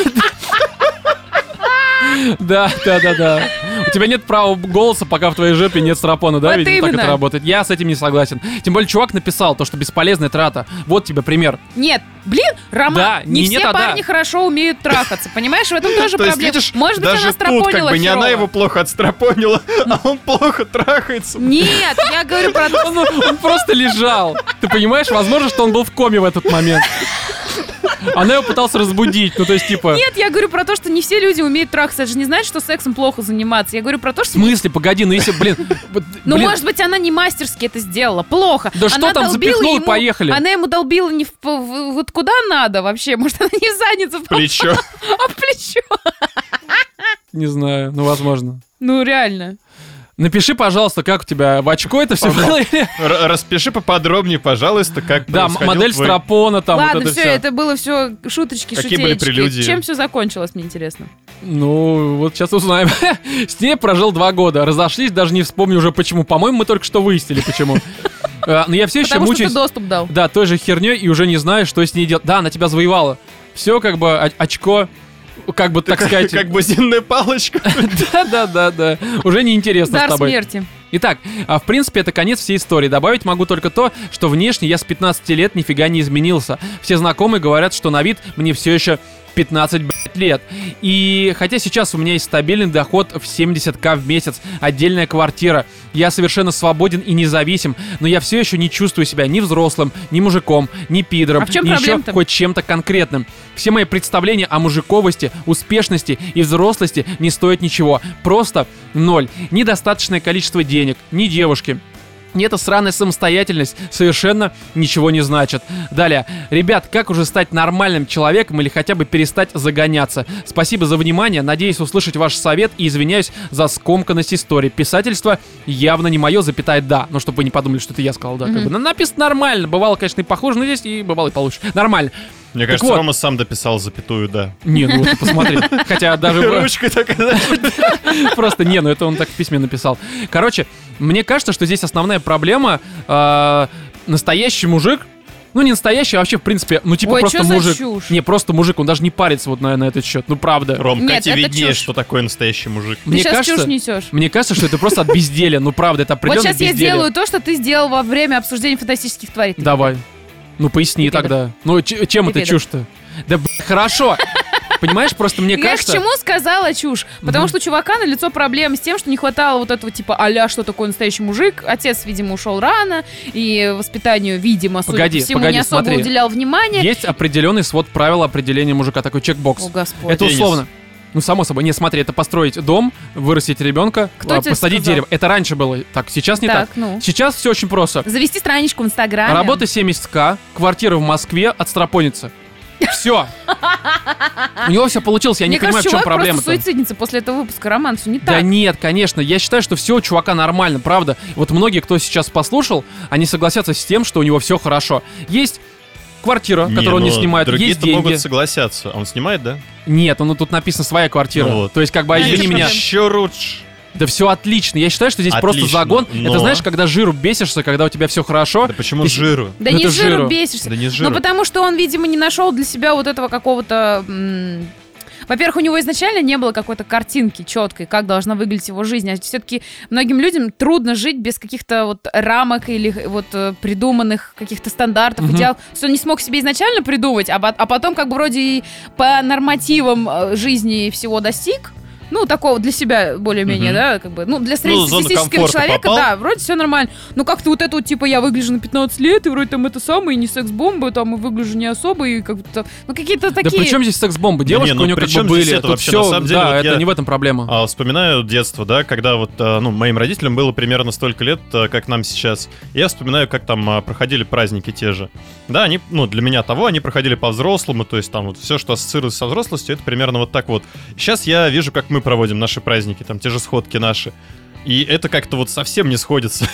да, да, да, да. У тебя нет права голоса, пока в твоей жопе нет стропона, да? Вот Видимо, так именно. это работает. Я с этим не согласен. Тем более, чувак написал то, что бесполезная трата. Вот тебе пример. Нет, блин, Роман, Да, не, не все нет, а да. парни хорошо умеют трахаться, понимаешь? В этом тоже То есть, проблема. видишь, Может быть, даже она тут как стропонила бы не она херово. его плохо отстропонила, а он плохо трахается. Нет, я говорю про то, Он, он просто лежал. Ты понимаешь, возможно, что он был в коме в этот момент. Она его пыталась разбудить. Ну, то есть, типа... Нет, я говорю про то, что не все люди умеют трахаться. Это же не значит, что сексом плохо заниматься. Я говорю про то, В что... смысле? Погоди, ну если, блин... вот, Ну, блин, может быть, она не мастерски это сделала. Плохо. Да что Она там, долбила запихнул и ему- поехали. Она ему долбила не в, в- вот куда надо вообще. Может, она не в задницу, в Плечо. а в плечо. Не знаю, ну, возможно. Ну, реально. Напиши, пожалуйста, как у тебя в очко это все было. или- Р- Распиши поподробнее, пожалуйста, как Да, м- происходил модель твой- стропона там, Ладно, вот это все, все. это было все шуточки, Какие были шутеечки. прелюдии? Чем все закончилось, мне интересно. Ну, вот сейчас узнаем. С ней прожил два года. Разошлись, даже не вспомню уже почему. По-моему, мы только что выяснили, почему. А, Но я все еще Потому что ты мучаюсь... доступ дал. Да, той же херней и уже не знаю, что с ней делать. Да, она тебя завоевала. Все как бы о- очко, как бы, так сказать... Как бузинная палочка. Да-да-да-да. Уже неинтересно с Дар тобой. смерти. Итак, а, в принципе, это конец всей истории. Добавить могу только то, что внешне я с пятнадцати лет нифига не изменился. Все знакомые говорят, что на вид мне все еще пятнадцать, блядь, лет. И хотя сейчас у меня есть стабильный доход в семьдесят тысяч в месяц, отдельная квартира, я совершенно свободен и независим, но я все еще не чувствую себя ни взрослым, ни мужиком, ни пидором, А в чем ни еще проблема-то? хоть чем-то конкретным. Все мои представления о мужиковости, успешности и взрослости не стоят ничего. Просто ноль. Недостаточное количество денег, ни девушки. И эта сраная самостоятельность совершенно ничего не значит. Далее. Ребят, как уже стать нормальным человеком или хотя бы перестать загоняться? Спасибо за внимание. Надеюсь услышать ваш совет и извиняюсь за скомканность истории. Писательство явно не мое, запятая да. Ну, чтобы вы не подумали, что это я сказал, да. Как бы. Ну, написано нормально. Бывало, конечно, и похуже, но здесь и бывало и получше. Нормально. Мне Так кажется, вот. Рома сам дописал запятую, да. Не, ну вот ты посмотри. Хотя даже... Ручка такая. Просто не, ну это он так в письме написал. Короче, мне кажется, что здесь основная проблема э, настоящий мужик. Ну, не настоящий, а вообще, в принципе, ну, типа, Ой, просто чё за мужик. чушь? Не, просто мужик, он даже не парится вот на, на этот счет. Ну, правда. Ром, Нет, Кате это виднее, чушь. что такое настоящий мужик. Ты Мне сейчас кажется, чушь несешь. мне кажется, что это просто от безделия. Ну, правда, это Вот определенно сейчас я безделие. сделаю то, что ты сделал во время обсуждения фантастических тварей. Давай. Ну, поясни Ты тогда. Ну, ч- чем Ты это пидор. чушь-то? Да, б***ь, хорошо. Понимаешь, просто мне Я кажется... к чему сказала чушь? Потому Мгм. что у чувака на лицо проблемы с тем, что не хватало вот этого типа а-ля, что такое настоящий мужик. Отец, видимо, ушел рано, и воспитанию, видимо, судя Погоди, по всему, погоди, не особо смотри. уделял внимания. Есть определенный свод правил определения мужика, такой чекбокс. О, Господь. Это Теннис. условно. Ну, само собой. Не, смотри, это построить дом, вырастить ребенка, Кто а, тебе посадить сказал? дерево. Это раньше было так, сейчас не так. Так, ну. Сейчас все очень просто. Завести страничку в Инстаграме. Работа семьдесят тысяч, квартира в Москве, отстрапониться. Все. У него все получилось, я Мне не понимаю, кажется, в чем чувак проблема-то. просто суицидница после этого выпуска. Роман, все не Да так. нет, конечно. Я считаю, что все у чувака нормально, правда. Вот многие, кто сейчас послушал, они согласятся с тем, что у него все хорошо. Есть квартира, которую он не ну, снимает, есть другие-то деньги. могут согласятся. А он снимает, да? Нет, ну тут написано своя квартира. Ну вот. То есть, как бы, А извини есть меня. проблема. Еще лучше. Да все отлично. Я считаю, что здесь просто Отлично, загон. но- Это знаешь, когда жиру бесишься, когда у тебя все хорошо. Да почему Ты- с жиру? Да Ну, не это с жиру жиру. бесишься. Да не с Ну, жиру. потому что он, видимо, не нашел для себя вот этого какого-то... м, Во-первых, у него изначально не было какой-то картинки четкой, как должна выглядеть его жизнь. А все-таки многим людям трудно жить без каких-то вот рамок или вот э, придуманных каких-то стандартов, Мгм. идеалов. То есть он не смог себе изначально придумать, а, по- а потом как бы вроде и по нормативам э, жизни всего достиг. Ну, такого для себя более-менее, Мгм. да, как бы, ну, для Ну, в зону среднестатистического комфорта человека, попал. да, вроде все нормально. Ну, как-то вот это вот, типа, я выгляжу на пятнадцать лет, и вроде там это самое, и не секс-бомба, там, и выгляжу не особо, и как-то, ну, какие-то Да такие... при чем здесь секс-бомбы? Девушка не, ну у нее при как чем бы здесь были. это Тут вообще? все, На самом деле, да, вот это я- не в этом проблема. А, вспоминаю детство, да, когда вот, а, ну, моим родителям было примерно столько лет, а, как нам сейчас. Я вспоминаю, как там а, проходили праздники те же. Да, они, ну, для меня того, они проходили по-взрослому, то есть там вот все, что ассоциируется со взрослостью, это примерно вот так вот. Сейчас я вижу, как мы проводим наши праздники, там те же сходки наши. И это как-то вот совсем не сходится.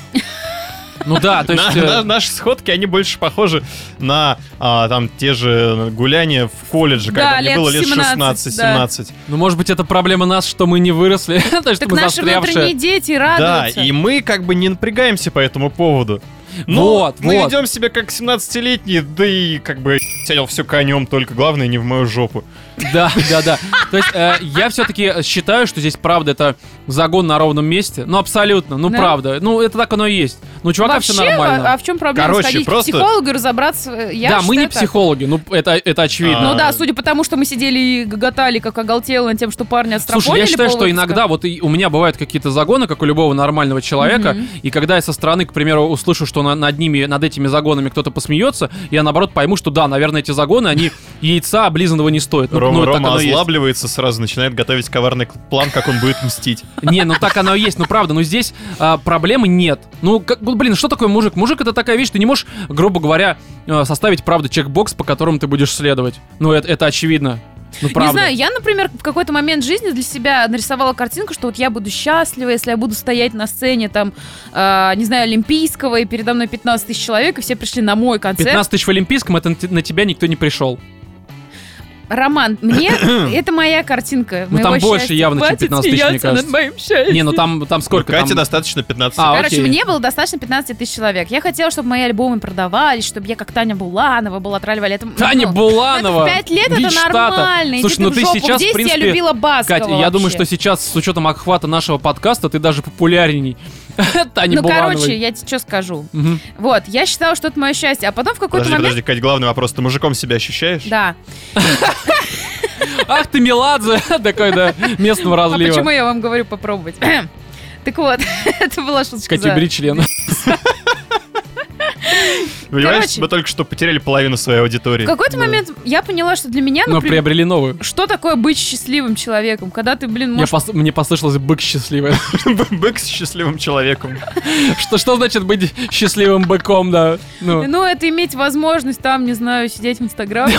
Ну да, то есть... На- э, на- Наши сходки, они больше похожи на а, там те же гуляния в колледже, Да, когда мне лет было лет семнадцать, шестнадцать-семнадцать. Ну, может быть, это проблема нас, что мы не выросли, то, что Так мы наши застрявшие. внутренние дети Да, радуются. и мы как бы не напрягаемся по этому поводу. Ну, Вот, мы вот. ведем себя как семнадцатилетние, да и как бы сидел все конем, только главное не в мою жопу. Да, да, да. То есть э, я все-таки считаю, что здесь правда это загон на ровном месте. Ну, абсолютно, ну Да? правда. Ну, это так оно и есть. Ну, у чувака Вообще, все нормально. а, а в чем проблема Короче, сходить просто- к психологу и разобраться? Я да, мы не считаю так. психологи, ну это, это очевидно. Ну да, судя по тому, что мы сидели и гоготали, как оголтело над тем, что парни отстрапонили. Слушай, я считаю, что полвыпуска. иногда вот и у меня бывают какие-то загоны, как у любого нормального человека, Мгм. и когда я со стороны, к примеру, услышу, что на- над ними, над этими загонами кто-то посмеется, я наоборот пойму, что да, наверное, эти загоны, они яйца облизанного не стоят. Ну, Рома, ну, так Рома оно и есть. озлабливается сразу, начинает готовить коварный план, как он будет мстить. Не, ну так оно и есть, ну правда, но здесь а, проблемы нет. Ну, как, ну, блин, что такое мужик? Мужик — это такая вещь, ты не можешь, грубо говоря, э, составить, правда, чекбокс, по которому ты будешь следовать. Ну, это, это очевидно. Ну, правда. Не знаю, я, например, в какой-то момент жизни для себя нарисовала картинку, что вот я буду счастлива, если я буду стоять на сцене, там, э, не знаю, Олимпийского, и передо мной пятнадцать тысяч человек, и все пришли на мой концерт. пятнадцать тысяч в Олимпийском, это на те- на тебя никто не пришел. Роман, мне это моя картинка. Ну, там моего больше счастья. явно, чем Хватит пятнадцать тысяч, мне смеяться над кажется. моим счастьем. Не, ну там, там сколько Кате там? достаточно пятнадцать. А, Короче, окей. мне было достаточно пятнадцать тысяч человек. Я хотела, чтобы мои альбомы продавались, чтобы я как Таня Буланова была, трали-вали. Это, Таня ну, Буланова. это в пять лет это мечта-то. нормально. Слушай, Иди ну ты ты в жопу. сейчас, В десять в принципе, я любила Баскова Катя, я думаю, вообще. что сейчас, с учетом охвата нашего подкаста, ты даже популярней Тани Ну, Булановой. короче, я тебе что скажу. Мгм. Вот, я считала, что это мое счастье. А потом в какой-то Подожди, момент... подожди, Кать, главный вопрос. Ты мужиком себя ощущаешь? Да. Ах ты, Меладзе, такой, да, местного А почему разлива. я вам говорю попробовать? Так вот, это была шутка. Катя, за- бери член. Понимаешь, Короче. мы только что потеряли половину своей аудитории. В какой-то момент я поняла, что для меня, Но например, приобрели новую. что такое быть счастливым человеком? Когда ты, блин, Мне, можешь... пос- мне послышалось бык счастливый. Бык с счастливым человеком. Что, что значит быть счастливым быком, да? Ну, Ну, это иметь возможность там, не знаю, сидеть в Инстаграме.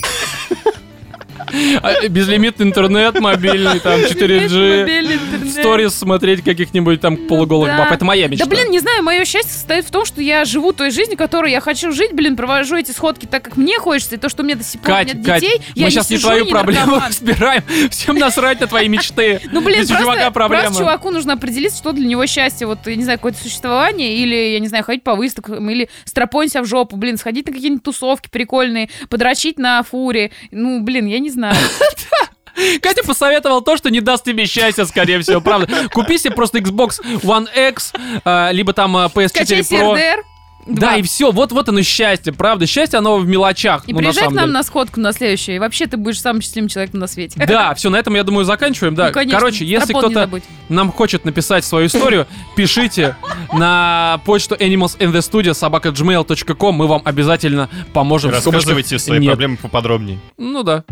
а, безлимитный интернет, мобильный, там, четыре джи, Мобильный интернет. сторис смотреть каких-нибудь там полуголых Да. баб. Это моя мечта. Да, блин, не знаю, мое счастье состоит в том, что я живу той жизнью, которую я хочу жить, блин, провожу эти сходки так, как мне хочется, и то, что у меня до сих пор Кать, нет Кать, детей, я мы сейчас не сижу твою и проблему наркоман. разбираем. Всем насрать на твои мечты. Ну, блин, Здесь у чувака просто, проблема. просто чуваку нужно определиться, что для него счастье. Вот, я не знаю, какое-то существование, или, я не знаю, ходить по выставкам, или стропонь себя в жопу, блин, сходить на какие-нибудь тусовки прикольные, подрочить на фуре. Ну, блин, я не знаю. Катя посоветовал то, что не даст тебе счастья, скорее всего, правда. Купи себе просто Xbox One X, а, либо там а, пи эс четыре Скачай Pro. СРДР. Да, и все, вот, вот оно счастье, правда. Счастье, оно в мелочах. И ну, на приезжай к самом нам деле. на сходку на следующее. И вообще ты будешь самым счастливым человеком на свете. Да, все, на этом, я думаю, заканчиваем. Да. Ну, конечно, Короче, если стропон не кто-то забудь. нам хочет написать свою историю, пишите на почту animals in the studio собака gmail точка com. Мы вам обязательно поможем. В скобочках Рассказывайте свои нет. проблемы поподробнее. Ну да.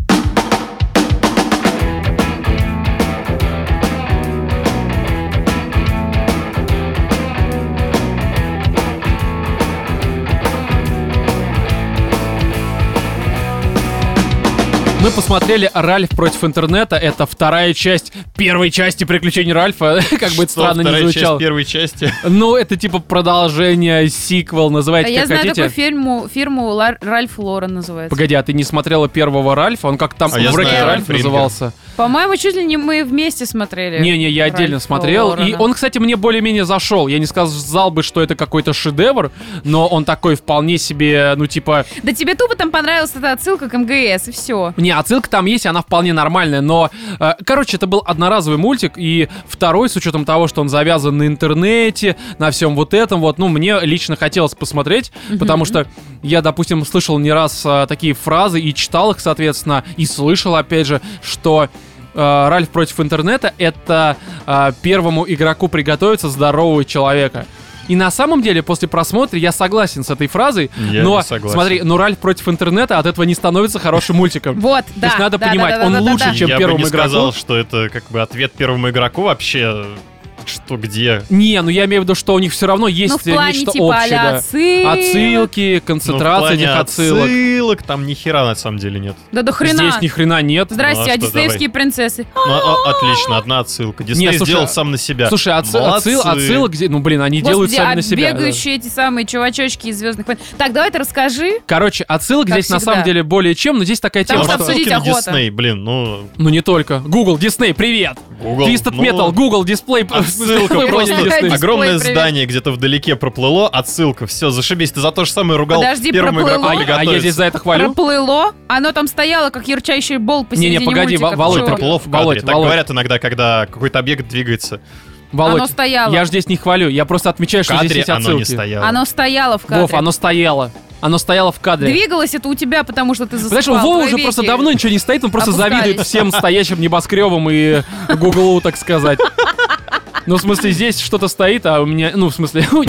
Мы посмотрели «Ральф против интернета». Это вторая часть первой части «Приключений Ральфа». Как бы это Что, странно не вторая часть звучало. первой части. Ну, это типа продолжение, сиквел, А называйте я как знаю хотите. такую фирму, фирму Ла- Ральф Лорен называется. Погоди, а ты не смотрела первого Ральфа? Он как там А я в Рэке знаю, Ральф Фрингер. назывался. По-моему, чуть ли не мы вместе смотрели. Не-не, я отдельно Ральфа смотрел. И Лорена. он, кстати, мне более-менее зашел. Я не сказал бы, что это какой-то шедевр, но он такой вполне себе, ну, типа... Да тебе тупо там понравилась эта отсылка к эм гэ эс, и все. Не, отсылка там есть, и она вполне нормальная, но, э, короче, это был одноразовый мультик, и второй, с учетом того, что он завязан на интернете, на всем вот этом, вот, ну, мне лично хотелось посмотреть, потому что я, допустим, слышал не раз э, такие фразы и читал их, соответственно, и слышал, опять же, что э, Ральф против интернета — это э, первому игроку приготовиться здорового человека. И на самом деле, после просмотра я согласен с этой фразой, Я но, не согласен. смотри, но Ральф против интернета от этого не становится хорошим мультиком. Вот, да. То есть надо да, понимать, да, да, он да, да, лучше, да. чем Я бы первому не игроку. сказал, что это как бы ответ первому игроку вообще. Что, где? Не, ну я имею в виду, что у них все равно есть Ну, в плане, нечто типа, общее. а-ля Да. отсылок. Отсылки, Ну, в концентрация плане этих отсылок. отсылок там ни хера на самом деле нет. Да до хрена. Здесь ни хрена нет. Здрасте, Ну, а а что, диснеевские принцессы. Ну, а- отлично, одна отсылка. Дисней Не, слушай, сделал сам на себя. Слушай, отсы- Молодцы. отсыл, отсылок, где- ну блин, они делают Господи, сами а на себя. да. бегающие эти самые чувачочки из «Звездных войн». Так, давай ты расскажи. Короче, отсылок Как здесь на всегда. самом деле более чем, но здесь такая Потому тема, Ну, что что... обсудить отсылки на охота. Дисней, блин, ну... Ну не только. Google, Disney, привет! Google, Twisted ну, Metal, Google, дисплей. Отсылка Вы просто. поняли, Disney. Огромное привет. здание где-то вдалеке проплыло, отсылка, все, зашибись. Ты за то же самое ругал Подожди, первому проплыло? игроку А, а я приготовиться. здесь за это хвалю? Проплыло. Оно там стояло, как ярчайший бол посередине Не-не, погоди, мультика. Володь, Ты Ой, чё? проплыло в кадре. Володь, Так Володь. говорят иногда, когда какой-то объект двигается. Володь, Оно стояло. я же здесь не хвалю, я просто отмечаю, В что здесь кадре есть оно отсылки. не стояло. Оно стояло в кадре. Вов, оно стояло. Оно стояло в кадре. Двигалось это у тебя, потому что ты засыпал. Знаешь, у Вовы твои уже веки. просто давно ничего не стоит, он просто опускались. завидует всем стоящим небоскребам и Гуглу, так сказать. Ну, в смысле, здесь что-то стоит, а у меня... Ну, в смысле, у,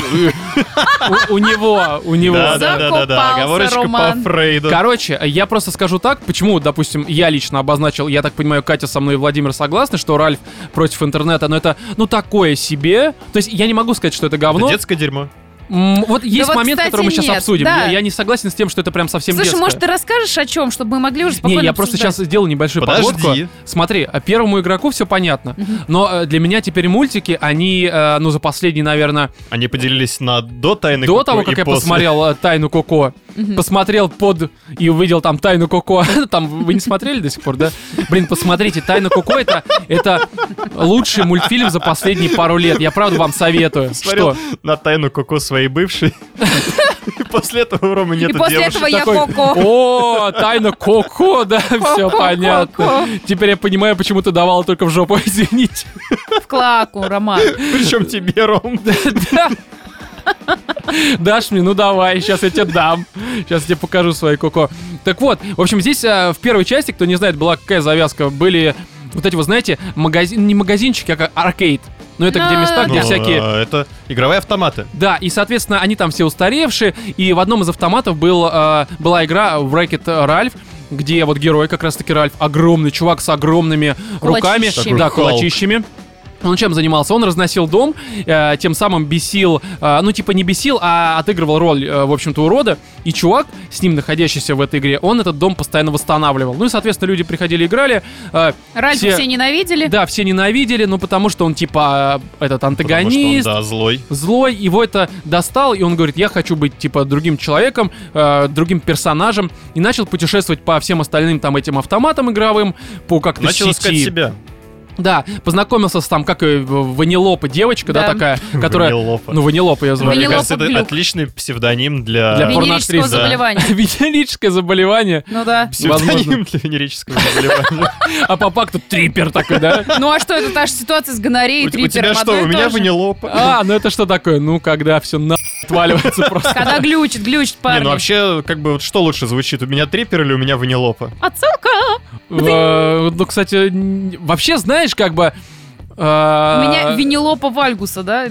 у- у него, у него. Да, да, да, да, да. Закопался, Оговорочка по Роман. Фрейду. Короче, я просто скажу так, почему, допустим, я лично обозначил, я так понимаю, Катя со мной и Владимир согласны, что Ральф против интернета, но это, ну, такое себе. То есть я не могу сказать, что это говно. Это детское дерьмо. М, Вот есть вот, момент, кстати, который мы сейчас нет, обсудим. да. Я, я не согласен с тем, что это прям совсем Слушай, детское. может, ты расскажешь о чем, чтобы мы могли уже спокойно Не, я просто обсуждать? сейчас сделаю небольшую Подожди. подводку. Смотри, а первому игроку все понятно. Но э, для меня теперь мультики, они, э, ну, за последние, наверное, Они поделились на до тайны до Коко того, и как я после. посмотрел э, «Тайну Коко», посмотрел под и увидел там «Тайну Коко». Там вы не смотрели до сих пор, да? Блин, посмотрите, «Тайна Коко» это, это лучший мультфильм за последние пару лет. Я правда вам советую. Смотрел Что? на «Тайну Коко» своей бывшей. И после этого у Ромы И нету после девушек. этого я Такой, Коко. О, «Тайна Коко», да, все понятно. Теперь я понимаю, почему ты давала только в жопу, извините. В клаку, Роман. Причем тебе, Ром. Да. Дашь мне? Ну давай, сейчас я тебе дам. Сейчас я тебе покажу свои Коко. Так вот, в общем, здесь а, в первой части, кто не знает, была какая завязка, были вот эти, вы знаете, магазин, не магазинчики, а как аркейд. Ну, это где места, где Ну, всякие... а, это игровые автоматы. Да, и, соответственно, они там все устаревшие, и в одном из автоматов был, э, была игра Wreck-It Ralph, где вот герой, как раз-таки Ральф, огромный чувак с огромными руками, Кулачищами. да, Такой кулачищами. Он чем занимался? Он разносил дом, э, тем самым бесил, э, ну типа не бесил, а отыгрывал роль, э, в общем-то, урода. И чувак, с ним находящийся в этой игре, он этот дом постоянно восстанавливал. Ну и, соответственно, люди приходили, играли. Э, Ральфа все... все ненавидели. Да, все ненавидели, ну потому что он типа э, этот Потому что он, антагонист. да, злой. Злой, его это достал, и он говорит, я хочу быть, типа, другим человеком, э, другим персонажем, и начал путешествовать по всем остальным там этим автоматам игровым, по как-то Начал сети. искать себя. Да, познакомился с там, как и Ванилопа девочка, да, Да. такая, которая... Ванилопа. Ну, Ванилопа ее звали. Мне Ванилопа кажется, это Глюк. отличный псевдоним для... Для Венерического порноактрисы, да. заболевания. Венерическое заболевание. Ну да. Псевдоним для венерического заболевания. А по факту трипер такой, да? Ну а что, это та же ситуация с гонореей, У у трипером. тебя что, одно и у меня то же. ванилопа? А, ну это что такое? Ну, когда все на отваливается просто. Когда глючит, глючит, Не, парни. ну вообще, как бы, вот что лучше звучит? У меня трипер или у меня ванилопа? Отсылка! Э, Ну, кстати, н- вообще, знаешь, как бы... У меня э, Винилопа Вальгуса, да?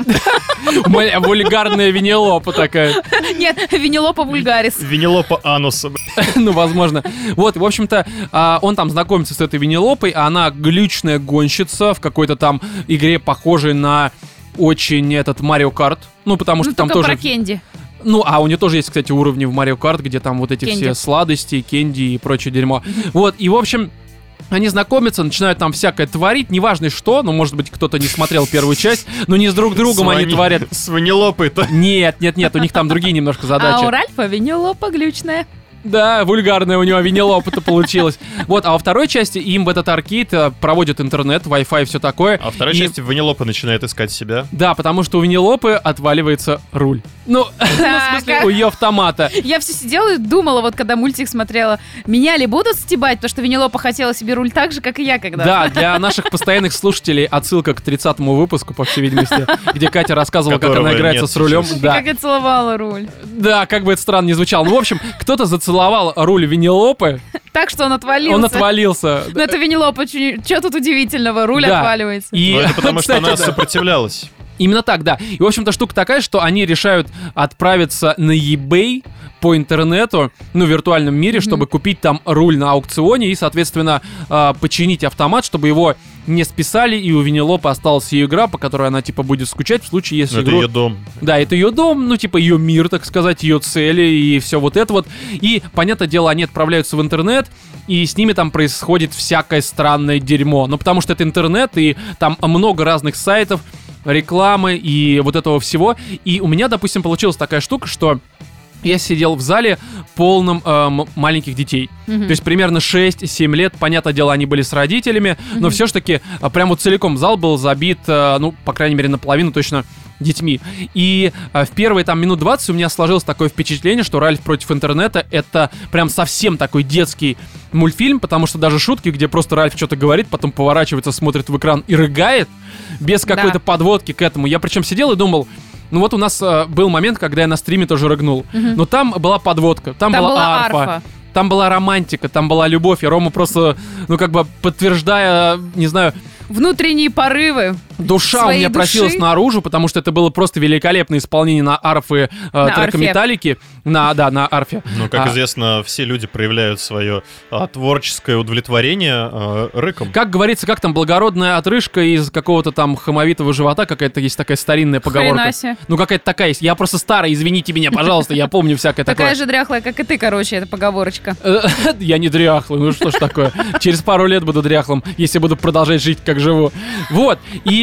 Моя вульгарная Венелопа такая. Нет, Винилопа Вульгарис. Винилопа ануса. Ну, возможно. Вот, в общем-то, а, он там знакомится с этой Венелопой, а она глючная гонщица в какой-то там игре, похожей на очень этот Марио Карт. Ну, потому что Ну, там только тоже... про Кенди. Ну, а у нее тоже есть, кстати, уровни в Марио Карт, где там вот эти Кенди. все сладости, кенди и прочее дерьмо. Вот, и, в общем... Они знакомятся, начинают там всякое творить, неважно что, ну, может быть, кто-то не смотрел первую часть, но не с друг другом С они вани- творят. С ванилопой-то. Нет, нет, нет, у них там другие немножко задачи. А у Ральфа Винилопа глючная. Да, вульгарная у него Венелопа-то получилась. Вот, а во второй части им в этот аркейд э, проводят интернет, Wi-Fi и все такое. А второй И- части ванилопа начинает искать себя. Да, потому что у Венелопы отваливается руль. Ну, ну, в смысле, а- у ее автомата. Я все сидела и думала, вот когда мультик смотрела, меня ли будут стебать, потому что Винилопа хотела себе руль так же, как и я когда-то. Да, для наших постоянных слушателей отсылка к тридцатому выпуску, по всей видимости, где Катя рассказывала, как Которого она играется нет с рулем. сейчас. И Да. как я целовала руль. Да, как бы это странно не звучало. Ну, в общем, кто-то зацеловал руль Венелопы, Так что он отвалился. он отвалился. Ну это Винилопа, что тут удивительного, руль Да. отваливается. И, Ну, это потому что кстати, она да. сопротивлялась. Именно так, да. И, в общем-то, штука такая, что они решают отправиться на eBay по интернету, ну, в виртуальном мире, чтобы купить там руль на аукционе и, соответственно, э, починить автомат, чтобы его не списали, и у Венелопы осталась ее игра, по которой она, типа, будет скучать в случае, если Ну, это игру... ее дом. Да, это ее дом, ну, типа, ее мир, так сказать, ее цели и все вот это вот. И, понятное дело, они отправляются в интернет, и с ними там происходит всякое странное дерьмо. Ну, потому что это интернет, и там много разных сайтов, рекламы и вот этого всего. И у меня, допустим, получилась такая штука, что я сидел в зале полном э, м- маленьких детей. Мгм. То есть примерно шесть-семь лет, понятное дело, они были с родителями, но все ж таки э, прям вот целиком зал был забит, э, ну, по крайней мере, наполовину точно детьми. И э, в первые там минут двадцать у меня сложилось такое впечатление, что «Ральф против интернета» — это прям совсем такой детский мультфильм, потому что даже шутки, где просто Ральф что-то говорит, потом поворачивается, смотрит в экран и рыгает, без Да. какой-то подводки к этому. Я причем сидел и думал, ну вот у нас э, был момент, когда я на стриме тоже рыгнул, но там была подводка, там, Там была, была арфа. арфа. Там была романтика, там была любовь, и Рома просто, ну как бы подтверждая, не знаю, Внутренние порывы. душа у Своей меня просилась души. наружу, потому что это было просто великолепное исполнение на арфы, э, На трека арфе. Металлики, на, да, на арфе. Ну, как А, известно, все люди проявляют свое а, творческое удовлетворение а, рыком. Как говорится, как там, благородная отрыжка из какого-то там хамовитого живота, какая-то есть такая старинная поговорка. Хрена себе. Ну какая-то такая есть. Я просто старый, извините меня, пожалуйста, я помню всякое такое. Такая же дряхлая, как и ты, короче, эта поговорочка. Э, Я не дряхлый, ну что ж такое. Через пару лет буду дряхлым, если буду продолжать жить, как живу. Вот, и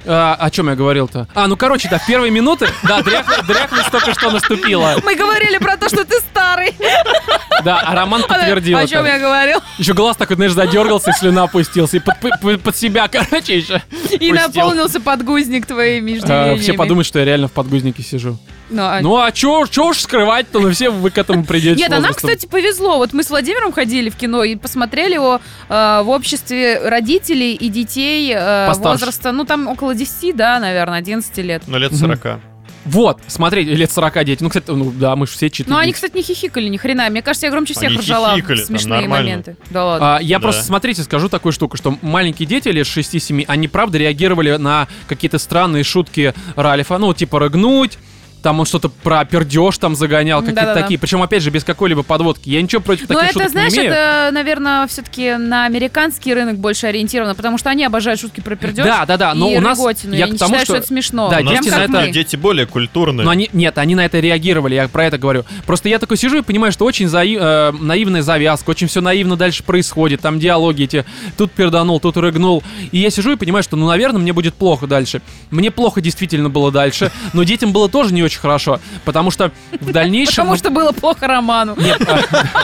А, о чем я говорил-то? А, ну короче, да, в первые минуты, да, дряхлость, дряхлость только что наступила. Мы говорили про то, что ты старый. Да, а Роман подтвердил О чем это. я говорил? Еще глаз такой, знаешь, задергался, и слюна опустился. И под, под- под себя, короче, еще И пустил. наполнился подгузник твоими А, иждивениями. все подумают, что я реально в подгузнике сижу. Ну, а- Ну а чё, чё уж скрывать-то, ну все вы к этому придете. Нет, с а нам, возрастом. кстати, повезло. Вот мы с Владимиром ходили в кино и посмотрели его э, в обществе родителей и детей э, Постарше. возраста, ну, там около десяти, да, наверное, одиннадцати лет. Ну, лет Мгм. сорока. Вот, смотри, лет сорока дети. Ну, кстати, ну да, мы же все читали. Ну, они, кстати, не хихикали ни хрена. Мне кажется, я громче всех Они ржала хихикали, в там смешные нормально. моменты. Да ладно. А, я Да. просто, смотрите, скажу такую штуку, что маленькие дети лет шести-семи, они правда реагировали на какие-то странные шутки Ральфа, ну, типа рыгнуть, там он что-то про пердеж там загонял, какие-то Да-да-да. такие. Причем, опять же, без какой-либо подводки. Я ничего против Но таких это, шуток знаешь, не имею. это, наверное, все-таки на американский рынок больше ориентировано, потому что они обожают шутки про пердеж. Да, да, да, но и у нас- рыготину. я Я к не тому, считаю, что- что это смешно. Да, У нас Прям дети как на это- мы. дети более культурные. Но они, нет, они на это реагировали, я про это говорю. Просто я такой сижу и понимаю, что очень заи- э, наивная завязка, очень все наивно дальше происходит, там диалоги эти, тут перданул, тут рыгнул. И я сижу и понимаю, что, ну, наверное, мне будет плохо дальше. Мне плохо действительно было дальше, но детям было тоже не очень хорошо, потому что в дальнейшем... Потому что было плохо Роману. Нет, а,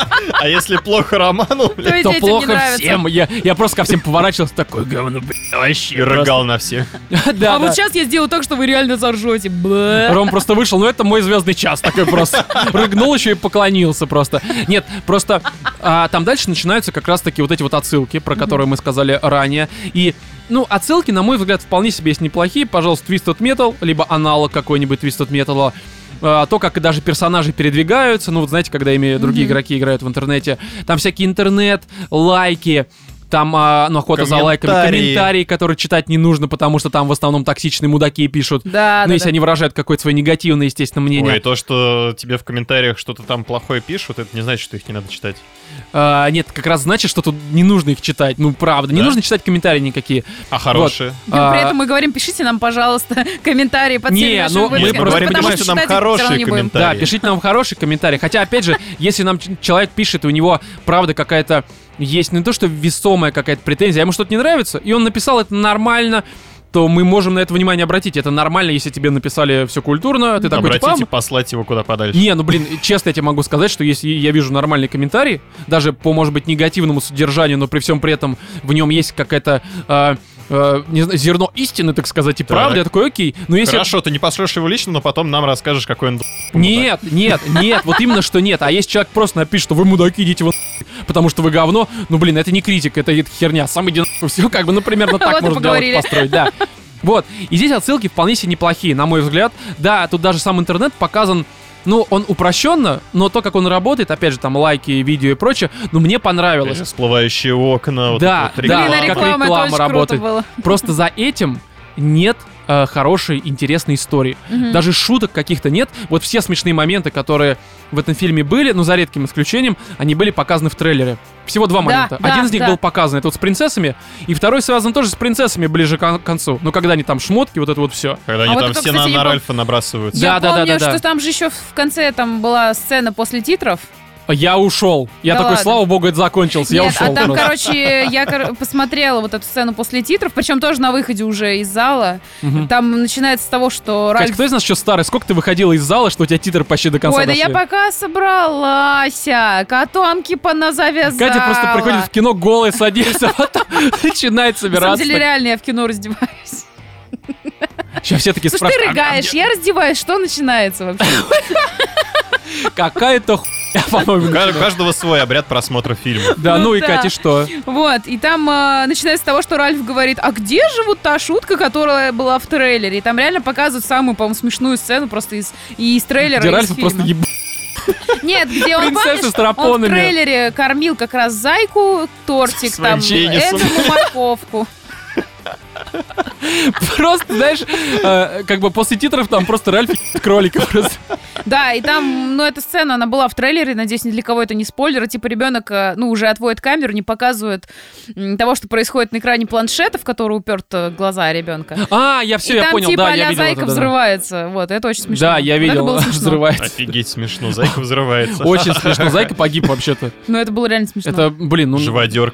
А если плохо Роману, То и то детям не плохо нравится. всем. Я, я просто ко всем поворачивался, такой говно, блин, вообще. и рыгал на всех. просто. Да, А да. вот сейчас я сделаю так, что вы реально заржете. Бэ. Ром просто вышел, ну это мой звездный час такой просто. Рыгнул еще и поклонился просто. Нет, просто а, там дальше начинаются как раз-таки вот эти вот отсылки, про которые мы сказали ранее. И, ну, отсылки, на мой взгляд, вполне себе есть неплохие. Пожалуйста, Twisted Metal, либо аналог какой-нибудь Twisted Metal. А, то, как даже персонажи передвигаются, ну, вот знаете, когда ими другие Мгм. игроки играют в интернете. Там всякий интернет, лайки, там, а, ну, охота за лайками, Комментарии. комментарии, которые читать не нужно, потому что там в основном токсичные мудаки пишут. Да, Ну, да, если да. они выражают какое-то свое негативное, естественно, мнение. Ой, то, что тебе в комментариях что-то там плохое пишут, это не значит, что их не надо читать. А, нет, как раз значит, что тут не нужно их читать. Ну, правда, не Да? нужно читать комментарии никакие. А хорошие? И При А, этом мы говорим, пишите нам, пожалуйста, комментарии под Не, всеми нашими ну, мы выпусками, просто говорим, потому пишите что нам читать их всё равно хорошие не будем. комментарии. Да, пишите нам хороший комментарий. Хотя, опять же, если нам ч- человек пишет, и у него, правда, какая-то есть не то, что весомая какая-то претензия, а ему что-то не нравится, и он написал это нормально, то мы можем на это внимание обратить. Это нормально, если тебе написали все культурно, ты такой, типа, Обратите, «А, послать его куда подальше. не, ну блин, честно я тебе могу сказать, что если я вижу нормальный комментарий, даже по, может быть, негативному содержанию, но при всем при этом в нем есть какая-то, э, э, не знаю, зерно истины, так сказать, и Так. правда, я такой, окей. Но если... Хорошо, ты не пошлешь его лично, но потом нам расскажешь, какой он д***. Нет, нет, нет, вот именно что нет. А если человек просто напишет, что вы мудаки, идите вон, потому что вы говно, ну блин, это не критика, это, это херня, сам иди нахуй, все как бы, ну примерно так Вот и можно диалог поговорили. построить, да. Вот, и здесь отсылки вполне себе неплохие, на мой взгляд. Да, тут даже сам интернет показан, ну, он упрощенно, но то, как он работает, опять же, там, лайки, видео и прочее, ну, мне понравилось. Всплывающие окна, вот Да, это вот да, Блин, а реклама. как реклама, это реклама очень работает. круто было. Просто за этим нет э, хорошей, интересной истории. Мгм. Даже шуток каких-то нет. Вот все смешные моменты, которые в этом фильме были, ну, за редким исключением, они были показаны в трейлере. Всего два Да, момента. да, Один из них да. был показан, это вот с принцессами, и второй связан тоже с принцессами ближе к кон- концу. Ну, когда они там шмотки, вот это вот все. Когда А они вот там это, все кстати, на, не на пом- Ральфа набрасываются. Да, Я да, да, помню, да, да. что там же еще в конце там была сцена после титров. Я ушел. Я Да такой, ладно. слава богу, это закончился. Я Нет, ушел. а там, просто. короче, я кор- посмотрела вот эту сцену после титров, причем тоже на выходе уже из зала. Мгм. Там начинается с того, что Катя, Ральф... кто из нас еще старый? Сколько ты выходила из зала, что у тебя титры почти до конца Ой, да дошли? я пока собралась, а, котомки поназавязала. Катя просто приходит в кино голой, садится, а потом начинает На самом собираться. деле, реально, я в кино раздеваюсь. Сейчас все такие Слушай, ты спрашивают, «А рыгаешь, я раздеваюсь, что начинается вообще? какая-то хуйня, по-моему. У началась». каждого свой обряд просмотра фильма. Да, Ну ну и да. Катя что? Вот, и там э, начинается с того, что Ральф говорит, а где же вот та шутка, которая была в трейлере? И там реально показывают самую, по-моему, смешную сцену просто из, и из трейлера, Где и из Ральф фильма. просто еб... Нет, где он, Принцесса помнишь, с он в тропонами. трейлере кормил как раз зайку, тортик, Своим там, пенисом. этому морковку. Просто, знаешь, э, как бы после титров там просто Ральф ебет кролика просто. Да, и там, ну, эта сцена, она была в трейлере, надеюсь, ни для кого это не спойлер, и, типа ребенок, э, ну, уже отводит камеру, не показывает м, того, что происходит на экране планшета, в который уперт э, глаза ребенка. А, я все, и я там, понял, типа, да, а-ля я видел зайка это, да, да. взрывается, вот, это очень смешно. Да, я Вот это видел, было смешно. взрывается. Офигеть смешно, зайка взрывается. Очень смешно, зайка погиб вообще-то. Ну, это было реально смешно. Это, блин, ну... Живодерка.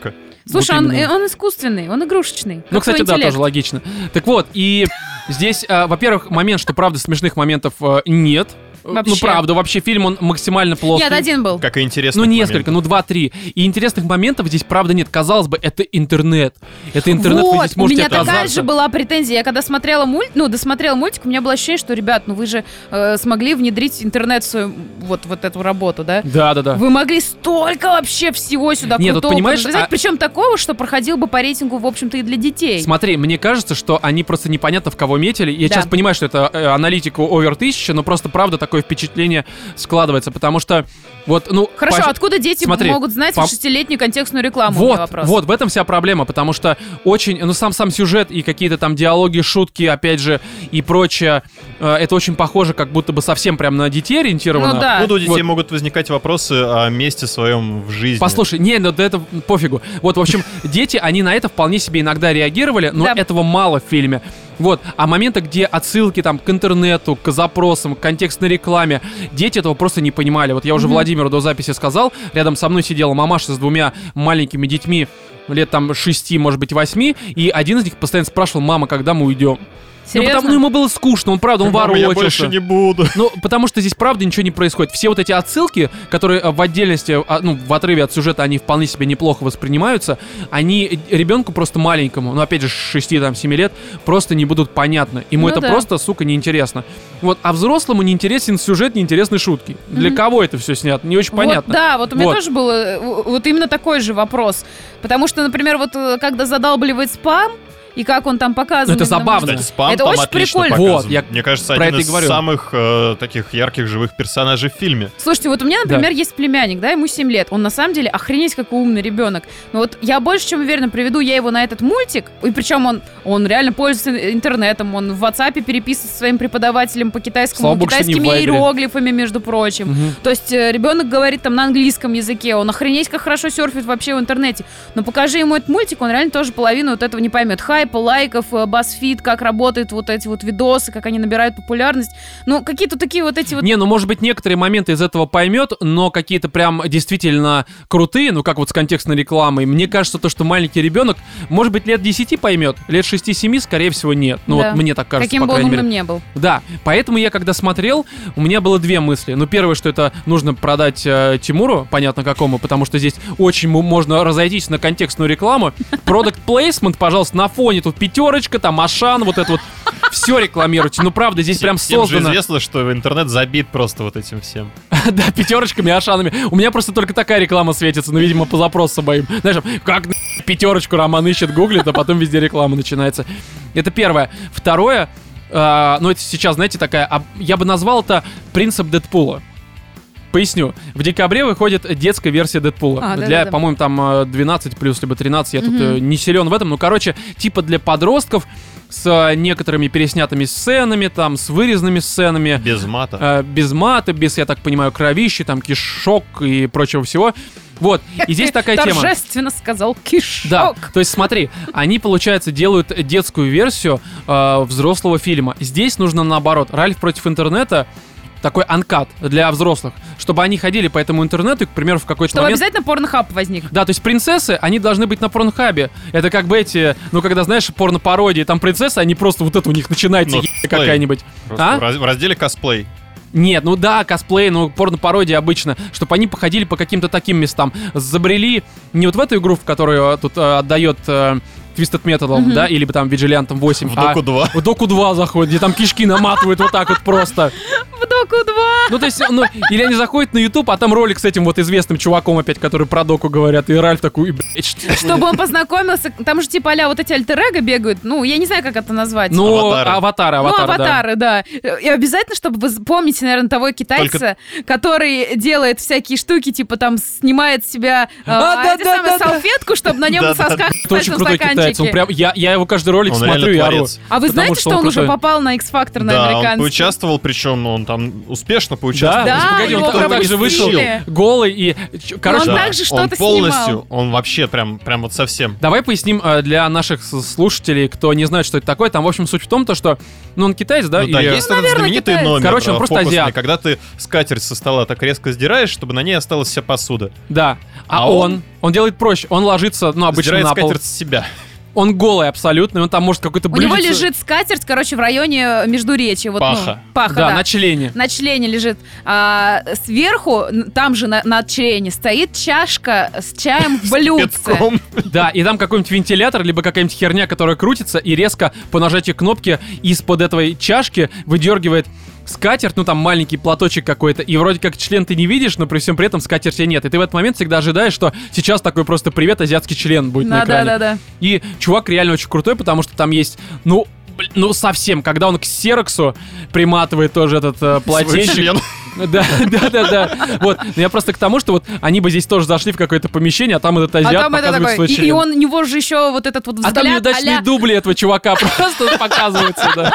Слушай, Вот он, именно. он искусственный, он игрушечный. Ну, как кстати, твой да, интеллект. тоже логично. Так вот, и здесь, э, во-первых, момент, что, правда, смешных моментов э, нет. Вообще. Ну, правда, вообще фильм, он максимально плоский. Нет, один был. Как и интересно. Ну, несколько, ну, два-три. И интересных моментов здесь, правда, нет. Казалось бы, это интернет. Это интернет, вы Вот, здесь у можете меня такая оказаться. же была претензия. Я когда смотрела мульт, ну, досмотрела мультик, у меня было ощущение, что, ребят, ну вы же э, смогли внедрить интернет в свою вот, вот эту работу, да? Да-да-да. Вы могли столько вообще всего сюда Нет, вот крутого понимаешь, подвязать, а- причем такого, что проходил бы по рейтингу, в общем-то, и для детей. Смотри, мне кажется, что они просто непонятно в кого метили. Я Да. сейчас понимаю, что это э, аналитику овер тысяча, но просто, правда, такое впечатление складывается, потому что вот, ну... Хорошо, по- откуда дети смотри, могут знать по- шестилетнюю контекстную рекламу? У меня Вот, вопрос. вот, в этом вся проблема, потому что очень, ну, сам сам сюжет и какие-то там диалоги, шутки, опять же, и прочее, э, это очень похоже, как будто бы совсем прям на детей ориентировано. Ну да. Ну, да, у детей Вот. могут возникать вопросы о месте своем в жизни. Послушай, не, ну да это пофигу. Вот, в общем, дети, они на это вполне себе иногда реагировали, но Да. этого мало в фильме. Вот, а моменты, где отсылки там к интернету, к запросам, к контекстной рекламе, дети этого просто не понимали. Вот я уже Мгм. Владимиру до записи сказал, рядом со мной сидела мамаша с двумя маленькими детьми, лет там шести, может быть, восьми, и один из них постоянно спрашивал: мама, когда мы уйдем? Ну, Серьезно? потому, ну, ему было скучно, он правда, он Мама, я ворочался. больше не буду. Ну, потому что здесь, правда, ничего не происходит. Все вот эти отсылки, которые э, в отдельности, а, ну, в отрыве от сюжета, они вполне себе неплохо воспринимаются, они ребенку просто маленькому, ну, опять же, шести-семи лет, просто не будут понятны. Ему Ну это да. просто, сука, неинтересно. Вот, а взрослому неинтересен сюжет, неинтересны шутки. Для Мгм. кого это все снято? Не очень Вот, понятно. да, вот у меня Вот. тоже был э, вот именно такой же вопрос. Потому что, например, вот э, когда задалбливает спам, и как он там показывает... Ну, это забавно. Кстати, спам Это там очень отлично прикольно. показан. Вот, я Мне кажется, про один это и из говорю. самых э, таких ярких живых персонажей в фильме. Слушайте, вот у меня, например, есть племянник, да, ему семь лет. Он на самом деле охренеть какой умный ребенок. Но вот я больше чем уверена, приведу я его на этот мультик, и причем он, он реально пользуется интернетом, он в WhatsApp переписывается со своим преподавателем по китайскому, Слава богу, что не в китайскими Вайбере. иероглифами, между прочим. Мгм. То есть э, ребенок говорит там на английском языке, он охренеть как хорошо серфит вообще в интернете. Но покажи ему этот мультик, он реально тоже половину вот этого не поймет. Хайпа, лайков, э, BuzzFeed, как работают вот эти вот видосы, как они набирают популярность. Ну, какие-то такие вот эти вот... Не, ну, может быть, некоторые моменты из этого поймет, но какие-то прям действительно крутые, ну, как вот с контекстной рекламой, мне кажется, то, что маленький ребенок, может быть, лет десяти поймет, лет шести-семи, скорее всего, нет. Ну, Да. вот мне так кажется, Каким по бы он крайней мере. умным не был. Да, поэтому я, когда смотрел, у меня было две мысли. Ну, первое, что это нужно продать э, Тимуру, понятно какому, потому что здесь очень м- можно разойтись на контекстную рекламу. Product placement, пожалуйста, на фоне тут пятерочка, там Ашан, вот это вот. Все рекламируйте. Ну, правда, здесь прям Всем же создано. известно, что интернет забит просто вот этим всем. Да, пятерочками, Ашанами. У меня просто только такая реклама светится, ну, видимо, по запросу моим. Знаешь, там, как на пятерочку Роман ищет, гуглит, а потом везде реклама начинается. Это первое. Второе, э, ну, это сейчас, знаете, такая, а, я бы назвал это принцип Дэдпула. Поясню. В декабре выходит детская версия Дэдпула. А, для, да-да-да. по-моему, там э, двенадцать плюс, либо тринадцать. Я тут Мгм. э, не силен в этом. Ну, короче, типа для подростков с э, некоторыми переснятыми сценами, там, с вырезанными сценами. Без мата. Э, без мата, без, я так понимаю, кровищи, там, кишок и прочего всего. Вот, и здесь такая тема. Торжественно сказал кишок. Да, то есть смотри, они, получается, делают детскую версию э, взрослого фильма. Здесь нужно наоборот. Ральф против интернета такой анкат для взрослых, чтобы они ходили по этому интернету и, к примеру, в какой-то Чтобы момент... обязательно порнохаб возник. Да, то есть принцессы, они должны быть на порнхабе. Это как бы эти, ну, когда, знаешь, порно-пародии, там принцессы, они просто вот это у них начинается Ну, е- косплей. какая-нибудь. Просто а? в раз- в разделе косплей. Нет, ну да, косплей, ну порно-пародии обычно, чтобы они походили по каким-то таким местам. Забрели не вот в эту игру, в которую э, тут э, отдает э, Twisted Metal, Мгм. да, или там Vigilante восемь, В а Доку два. в Доку два заходит, где там кишки наматывают вот так вот просто. В Доку два. Ну, то есть, ну, или они заходят на YouTube, а там ролик с этим вот известным чуваком опять, который про Доку говорят, и Ральф такой, блядь, что это?» Чтобы он познакомился. Там же типа а вот эти альтер-эго бегают. Ну, я не знаю, как это назвать. Ну, Аватары. аватары, Ну, аватары, да. аватары, да. И обязательно, чтобы вы помните, наверное, того китайца, который делает всякие штуки, типа там снимает с себя э, А, да, эти да, самые да, да. салфетку, чтобы на нем Да, на да, сосках Это очень остались крутой китаец, он стаканчики. прям, я, я его каждый ролик Он смотрю и реально ору. творец. А вы Потому знаете, что что он он уже крутой. попал на X-Factor на Да, он американский? поучаствовал, причем он там там успешно поучаствовал. Да, Да, погоди, он его так- также вышел пропустили. голый и... ч- Короче, он Да, также он что-то полностью, снимал. он вообще прям, прям вот совсем. давай поясним э, для наших с- слушателей, кто не знает, что это такое. Там, в общем, суть в том, то, что... Ну, он китаец, да? Ну да, или- есть этот наверное, знаменитый китаец. номер. Короче, он э, просто фокусный, азиат. когда ты скатерть со стола так резко сдираешь, чтобы на ней осталась вся посуда. Да. А, А он, он- он делает проще. Он ложится, ну, обычно Сдирает на пол. скатерть с себя. Он голый абсолютно, и он там может какой-то У него блюдце- лежит скатерть, короче, в районе междуречия. Вот, Паха. Ну, паха, Да, да. на члене. На члене лежит. А сверху, н- там же на, на члене, стоит чашка с чаем в блюдце. Петком. Да, и там какой-нибудь вентилятор, либо какая-нибудь херня, которая крутится, и резко по нажатию кнопки из-под этой чашки выдергивает скатерть, ну там маленький платочек какой-то, и вроде как член ты не видишь, но при всем при этом скатерти нет. И ты в этот момент всегда ожидаешь, что сейчас такой просто привет, азиатский член будет на Да, экране. да, да, да. И чувак реально очень крутой, потому что там есть, ну, бл- ну совсем, когда он к ксероксу приматывает тоже этот э, Свой полотенчик. член. Да, да, да, да. Вот. Но я просто к тому, что вот они бы здесь тоже зашли в какое-то помещение, а там этот А азиат там это показывает такой, свой и, член. и он, у него же еще вот этот вот А там взгляд неудачные а-ля- дубли этого чувака просто показываются, да.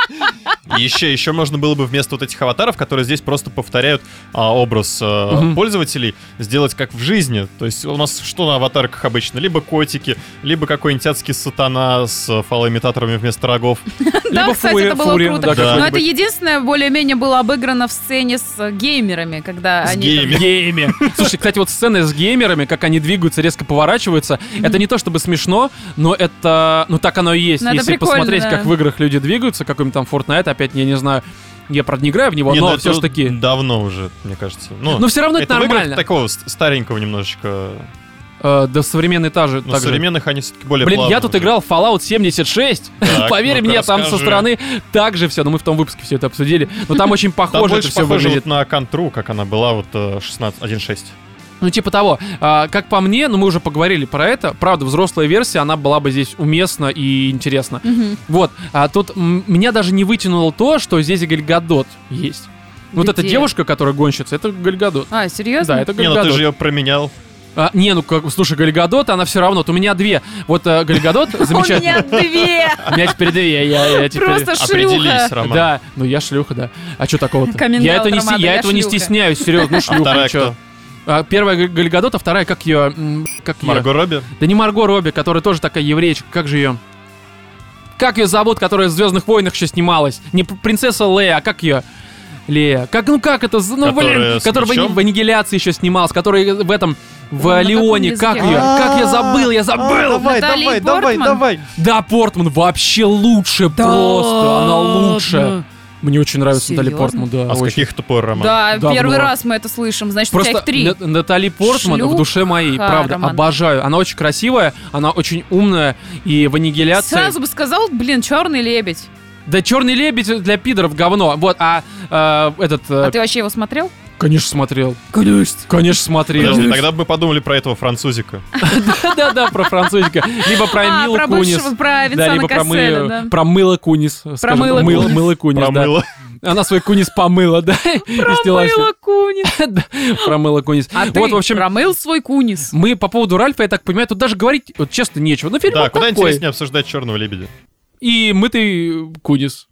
Еще, еще можно было бы вместо вот этих аватаров, которые здесь просто повторяют а, образ а, Мгм. пользователей, сделать как в жизни. То есть у нас что на аватарках обычно? Либо котики, либо какой-нибудь адский сатана с фалоимитаторами вместо рогов. Да, Либо кстати, фури- это было фури, круто. да, Но какой-нибудь. это единственное, более-менее было обыграно в сцене с геймерами, когда С они... гейми. Гейме. Слушай, кстати, вот сцены с геймерами, как они двигаются, резко поворачиваются, это не то чтобы смешно, но это, ну так оно и есть. Ну, это Если прикольно, посмотреть, да. как в играх люди двигаются, какой-нибудь там Fortnite, опять я не знаю, я, правда, не играю в него, Не, ну но это все же таки. давно уже, мне кажется. Ну, Но все равно это, это в играх нормально. такого ст- старенького немножечко. Э, да, современный та же. Но так же. современных они все-таки более Блин, плавные я тут уже. играл в Fallout семьдесят шесть. Так, Поверь ну-ка, мне, там со расскажи. стороны так же все. Но мы в том выпуске все это обсудили. Но там очень Там похоже это больше все похоже выглядит. вот на контру, как она была вот э, шестнадцать один шесть. Ну, типа того. А, как по мне, ну, мы уже поговорили про это. Правда, взрослая версия, она была бы здесь уместна и интересна. Мгм. Вот. А тут м, меня даже не вытянуло то, что здесь Галь Гадот есть. Вот эта Где? девушка, которая гонщица, это Галь Гадот. А, серьезно? Да, это Галь Не, ну ты Гадот. же ее променял. А, не, ну, как, слушай, Галь Гадот, она все равно. Вот у меня две. Вот э, Галь Гадот У меня замечательно. две! У меня теперь две. Я, я теперь... Просто Определись, шлюха. Роман. Да, ну я шлюха, да. А что такого-то? Каминг Я, аут, это не, сти- Роман, я я этого не шлюха. стесняюсь, серьезно, ну А шлюха, вторая ну чё? кто? А, первая Галь Галь Гадот, а вторая, как ее... м, Как её? Марго Робби? Да не Марго Робби, которая тоже такая еврейчка, как же ее? Как ее зовут, которая в «Звездных войнах» еще снималась? Не п- принцесса Лея, а как ее? Лея. Как, ну как это? з- Ну, Которая блин, с которая в, мечом? в «Аннигиляции» еще снималась, которая в этом... В На каком Леоне, языке? как ее? Как я забыл, я забыл! А, Давай, Натали давай, давай, Портман? давай. Да, Портман вообще лучше просто, она лучше. Мне очень нравится Натали Серьезно? Портман, да. А с очень. каких то пор, Роман? Да, Давно. первый раз мы это слышим, значит, у тебя Просто их три. На- Натали Портман Шлюха, в душе моей, правда, Роман. обожаю. Она очень красивая, она очень умная, и в «Аннигиляции... Сразу бы сказал, блин, черный лебедь. Да «Черный лебедь» для пидоров говно. Вот, а э, этот... э, А ты вообще его смотрел? Конечно, смотрел. Конечно. Конечно, смотрел. Подожди, тогда бы мы подумали про этого французика. Да-да, про французика. Либо про А, Милу про Кунис. бывшего, про Да, Винсана либо про, Касселя, мы, да. про Мыло Кунис. скажем. Мыло Мыл- Кунис. Мыло Кунис, да. Промыло. Она свой Кунис помыла, да? и снялась. Промыла Кунис. Да, про Мыло Кунис. А ты Вот, в общем, промыл свой Кунис. мы по поводу Ральфа, я так понимаю, тут даже говорить, вот честно, нечего. Ну, фильм Да, вот куда такой. интереснее обсуждать черного лебедя. И мытый Кунис.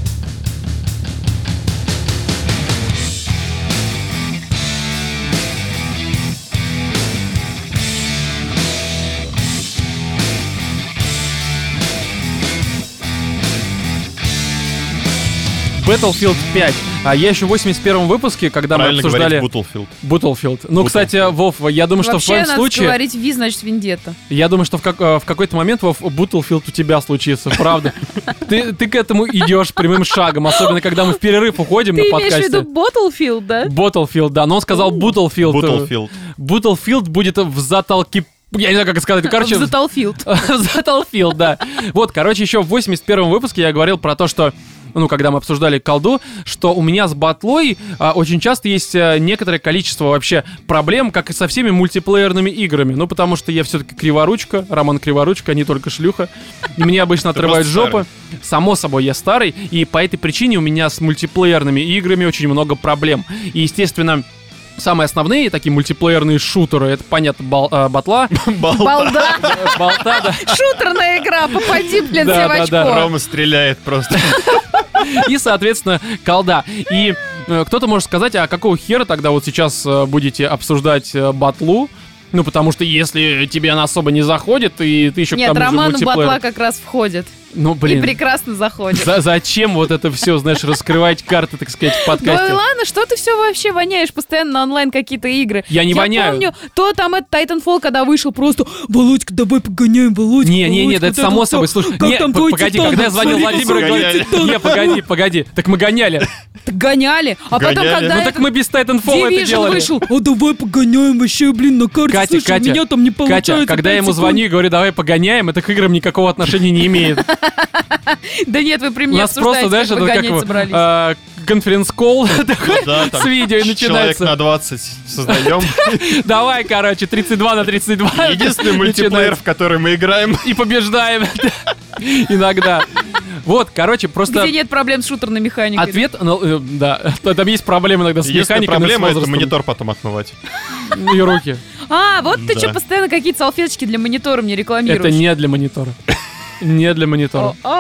Battlefield пять. А я еще в восемьдесят первом выпуске, когда мы Правильно обсуждали говорить Battlefield. Battlefield. Ну, Battlefield. кстати, Вов, я думаю, что в Вообще, твоем надо случае... говорить Ви, значит, Вендетта. Я думаю, что в, как- э, в какой-то момент, Вов, Battlefield у тебя случится, правда. Ты, ты к этому идешь прямым шагом, особенно когда мы в перерыв уходим Ты на имеешь в подкасте. виду Battlefield, да? Battlefield, да, но он сказал Battlefield. Battlefield. Battlefield будет в затолке... Я не знаю, как это сказать. Короче, В Battlefield. Battlefield, да. Вот, короче, еще в восемьдесят первом выпуске я говорил про то, что, ну, когда мы обсуждали колду, что у меня с батлой а, очень часто есть а, некоторое количество вообще проблем, как и со всеми мультиплеерными играми. Ну, потому что я все-таки криворучка, Роман криворучка, а не только шлюха. И мне обычно отрывают просто жопы. Само собой, я старый, и по этой причине у меня с мультиплеерными играми очень много проблем. И, естественно, самые основные такие мультиплеерные шутеры, это, понятно, бал- э, батла, Балда. болта, да. Шутерная игра, попади, блин, Да, все в да, очко. да. Рома стреляет просто. И, соответственно, колда. И э, кто-то может сказать, а какого хера тогда вот сейчас э, будете обсуждать э, батлу? Ну, потому что если тебе она особо не заходит, и ты еще Нет, к тому же роман мультиплеер... батла как раз входит. Ну, блин. И прекрасно заходит. За- зачем вот это все, знаешь, раскрывать карты, так сказать, в подкасте? Ну и ладно, что ты все вообще воняешь постоянно на онлайн какие-то игры? Я не воняю. Я помню, то там этот Titanfall, когда вышел, просто «Володька, давай погоняем, Володька, Не, не, не, Володька, это вот само вот собой, всё. слушай, Как не, там п- твой погоди, титан? когда я звонил Смотри, Владимиру, какой говорю, титан. не, погоди, погоди, так мы гоняли. Так гоняли. А потом, Гоняли. когда Ну этот так мы без Titanfall это Division делали. вышел, «А давай погоняем вообще, блин, на карте, Катя, слушай, Катя, у меня там не получается». Катя, когда я пять ему секунд». звоню и говорю, давай погоняем, это к играм никакого отношения не имеет. Да нет, вы при У мне нас просто, обсуждаете, знаешь, как это вы как гонять его, собрались. а, конференц-колл такой Да, там с видео и Человек начинается. на двадцать создаем. Давай, короче, тридцать два на тридцать два. Единственный мультиплеер, Начинается. в который мы играем. И побеждаем. Иногда. Вот, короче, просто... Где нет проблем с шутерной механикой. Ответ, ну, э, да, там есть проблемы иногда с Единственная механикой, но с проблема — это возрастом. монитор потом отмывать. И руки. А, вот ты Да. что, постоянно какие-то салфеточки для монитора мне рекламируешь. Это не для монитора. Не для монитора. Да,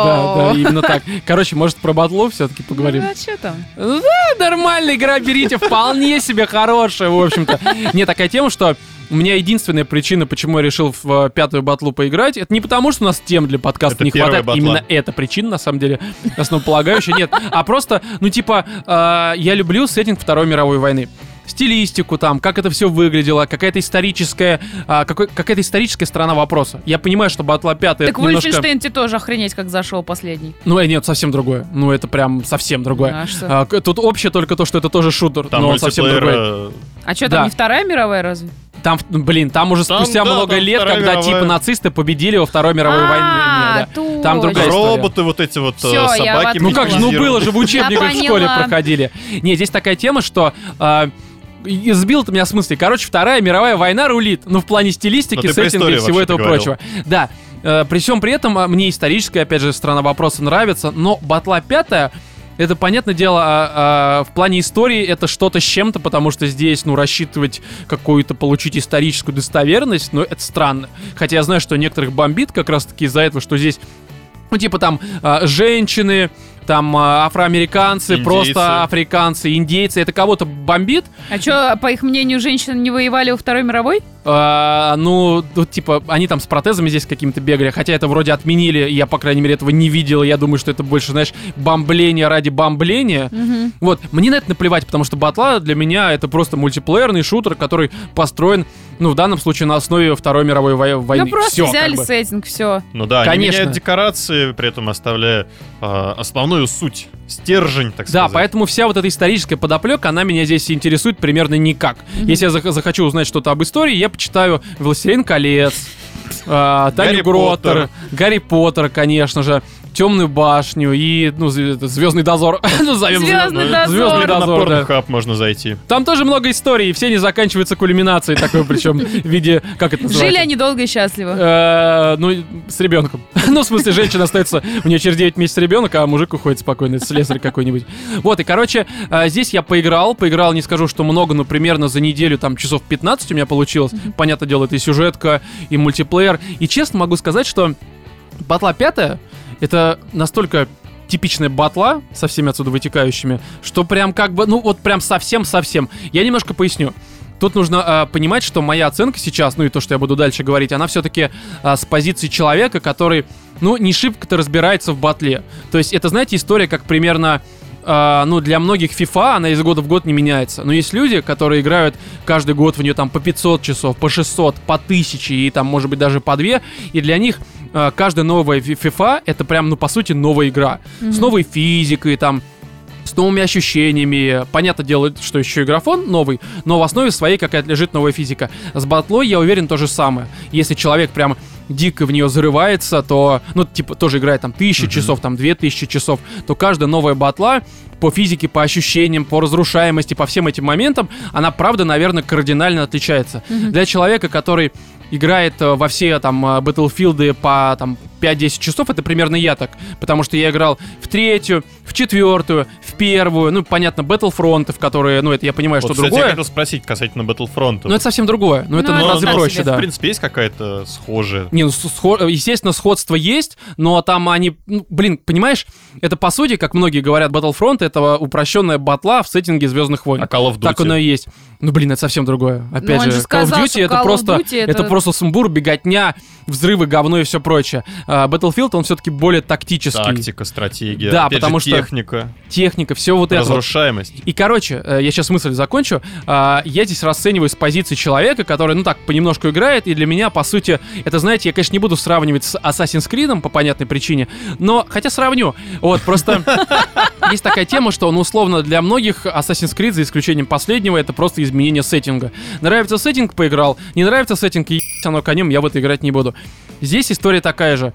О, да, именно так. Короче, может, про батлу все-таки поговорим? Ну, а что там? Да, нормальная игра, берите, вполне себе хорошая, в общем-то. Не, такая тема, что у меня единственная причина, почему я решил в э, пятую батлу поиграть, это не потому, что у нас тем для подкаста Это не первая хватает. батла. Именно эта причина, на самом деле, основополагающая. Нет, а просто, ну, типа, э, я люблю сеттинг Второй мировой войны. Стилистику там, как это все выглядело, какая-то историческая, а, какой, какая-то историческая сторона вопроса. Я понимаю, что батла пятая Так это немножко... Вольфенштейн тебе тоже охренеть, как зашел последний. Ну, э, нет, совсем другое. Ну, это прям совсем другое. А что? А, к- тут общее только то, что это тоже шутер, Там но он совсем мультиплеер... другой. э, А что, Да. там не Вторая мировая разве? Там, блин, там уже Там, спустя да, много там лет, Вторая когда мировая. типа нацисты победили во Второй мировой А, войне. Да. Там другая история. Роботы вот эти вот, э, Всё, я собаки. Ну как же, ну было же в учебниках Я в школе поняла. проходили. Не, здесь такая тема, что... а, и сбил ты меня с мысли. Короче, Вторая мировая война рулит. Ну, в плане Но стилистики, ты про сеттинга и историю всего вообще-то этого говорил. прочего. Да. Э, при всем при этом а, мне историческая, опять же, сторона вопроса нравится. Но батла пятая... Это, понятное дело, а, а, в плане истории это что-то с чем-то, потому что здесь, ну, рассчитывать какую-то, получить историческую достоверность, ну, это странно. Хотя я знаю, что некоторых бомбит как раз-таки из-за этого, что здесь, ну, типа там а, женщины, там а, афроамериканцы, Индейцы. просто африканцы, индейцы, это кого-то бомбит. А что, по их мнению, женщины не воевали во Второй мировой? А, ну, тут, типа, они там с протезами здесь какими-то бегали, хотя это вроде отменили, я, по крайней мере, этого не видел, я думаю, что это больше, знаешь, бомбление ради бомбления. Угу. Вот, мне на это наплевать, потому что батла для меня это просто мультиплеерный шутер, который построен, ну, в данном случае на основе Второй мировой вой- войны. Ну просто Всё, как взяли бы. сеттинг, все. Ну да, они Конечно. меняют декорации, при этом оставляя э, основную суть, стержень, так Да, сказать. поэтому вся вот эта историческая подоплека, она меня здесь интересует примерно никак. Если я зах- захочу узнать что-то об истории, я почитаю «Властелин колец», а, Таню Гарри Гроттер, Поттер. Гарри Поттер, конечно же, Темную башню и, ну, Звездный дозор. Ну, назовем Звездный звё- дозор. Звездный на дозор, да. Pornhub можно зайти. Там тоже много историй, и все не заканчиваются кульминацией такой, причем в виде, как это называется? Жили они долго и счастливо. Э, ну, с ребенком. Ну, в смысле, женщина остается, у нее через девять месяцев ребенок, а мужик уходит спокойно, слесарь какой-нибудь. Вот, и, короче, э, здесь я поиграл, поиграл, не скажу, что много, но примерно за неделю, там, часов пятнадцать у меня получилось. Понятное дело, это и сюжетка, и мультиплеер. И честно могу сказать, что батла пятая — это настолько типичная батла со всеми отсюда вытекающими, что прям как бы, ну, вот прям совсем-совсем. Я немножко поясню. Тут нужно э, понимать, что моя оценка сейчас, ну и то, что я буду дальше говорить, она все-таки э, с позиции человека, который, ну, не шибко-то разбирается в батле. То есть это, знаете, история, как примерно, э, ну, для многих FIFA, она из года в год не меняется. Но есть люди, которые играют каждый год в нее там по пятьсот часов, по шестьсот, по тысяче и там, может быть, даже по две, и для них э, каждая новая FIFA — это прям, ну, по сути, новая игра. Мгм. С новой физикой, там, с новыми ощущениями. Понятное дело, что еще и графон новый, но в основе своей какая-то лежит новая физика. С батлой, я уверен, то же самое. Если человек прям дико в нее зарывается, то, ну, типа, тоже играет там тысячу Мгм. часов, там, две тысячи часов, то каждая новая батла по физике, по ощущениям, по разрушаемости, по всем этим моментам, она, правда, наверное, кардинально отличается. Мгм. Для человека, который играет э, во все там э, Battlefield по там пять-десять часов, это примерно я так, потому что я играл в третью, в четвертую, в первую, ну, понятно, Battlefront, в которые, ну, это я понимаю, Вот, что кстати, другое. я хотел спросить касательно Battlefront. Ну, это совсем другое, ну, это Ну, в это разы так проще, себе. да. В принципе, есть какая-то схожая? Не, ну, схо- естественно, сходство есть, но там они, ну, блин, понимаешь, это по сути, как многие говорят, Battlefront — это упрощенная батла в сеттинге Звездных войн. А Call of Duty? Так оно и есть. Ну, блин, это совсем другое. Опять он же, же Call of сказал, Duty что это Call of просто, Duty это... это- просто сумбур, беготня, взрывы, говно и все прочее. А Battlefield, он все-таки более тактический. Тактика, стратегия, Да, опять потому же, что техника, Техника, все вот это. вот. разрушаемость. И, короче, э, я сейчас мысль закончу. А, Я здесь расцениваю с позиции человека, который, ну так, понемножку играет, и для меня, по сути, это, знаете, я, конечно, не буду сравнивать с Assassin's Creed по понятной причине, но, хотя сравню. Вот, просто есть такая тема, что, ну, условно, для многих Assassin's Creed, за исключением последнего, это просто изменение сеттинга. Нравится сеттинг — поиграл, не нравится сеттинг — и оно конем, я в это играть не буду. Здесь история такая же.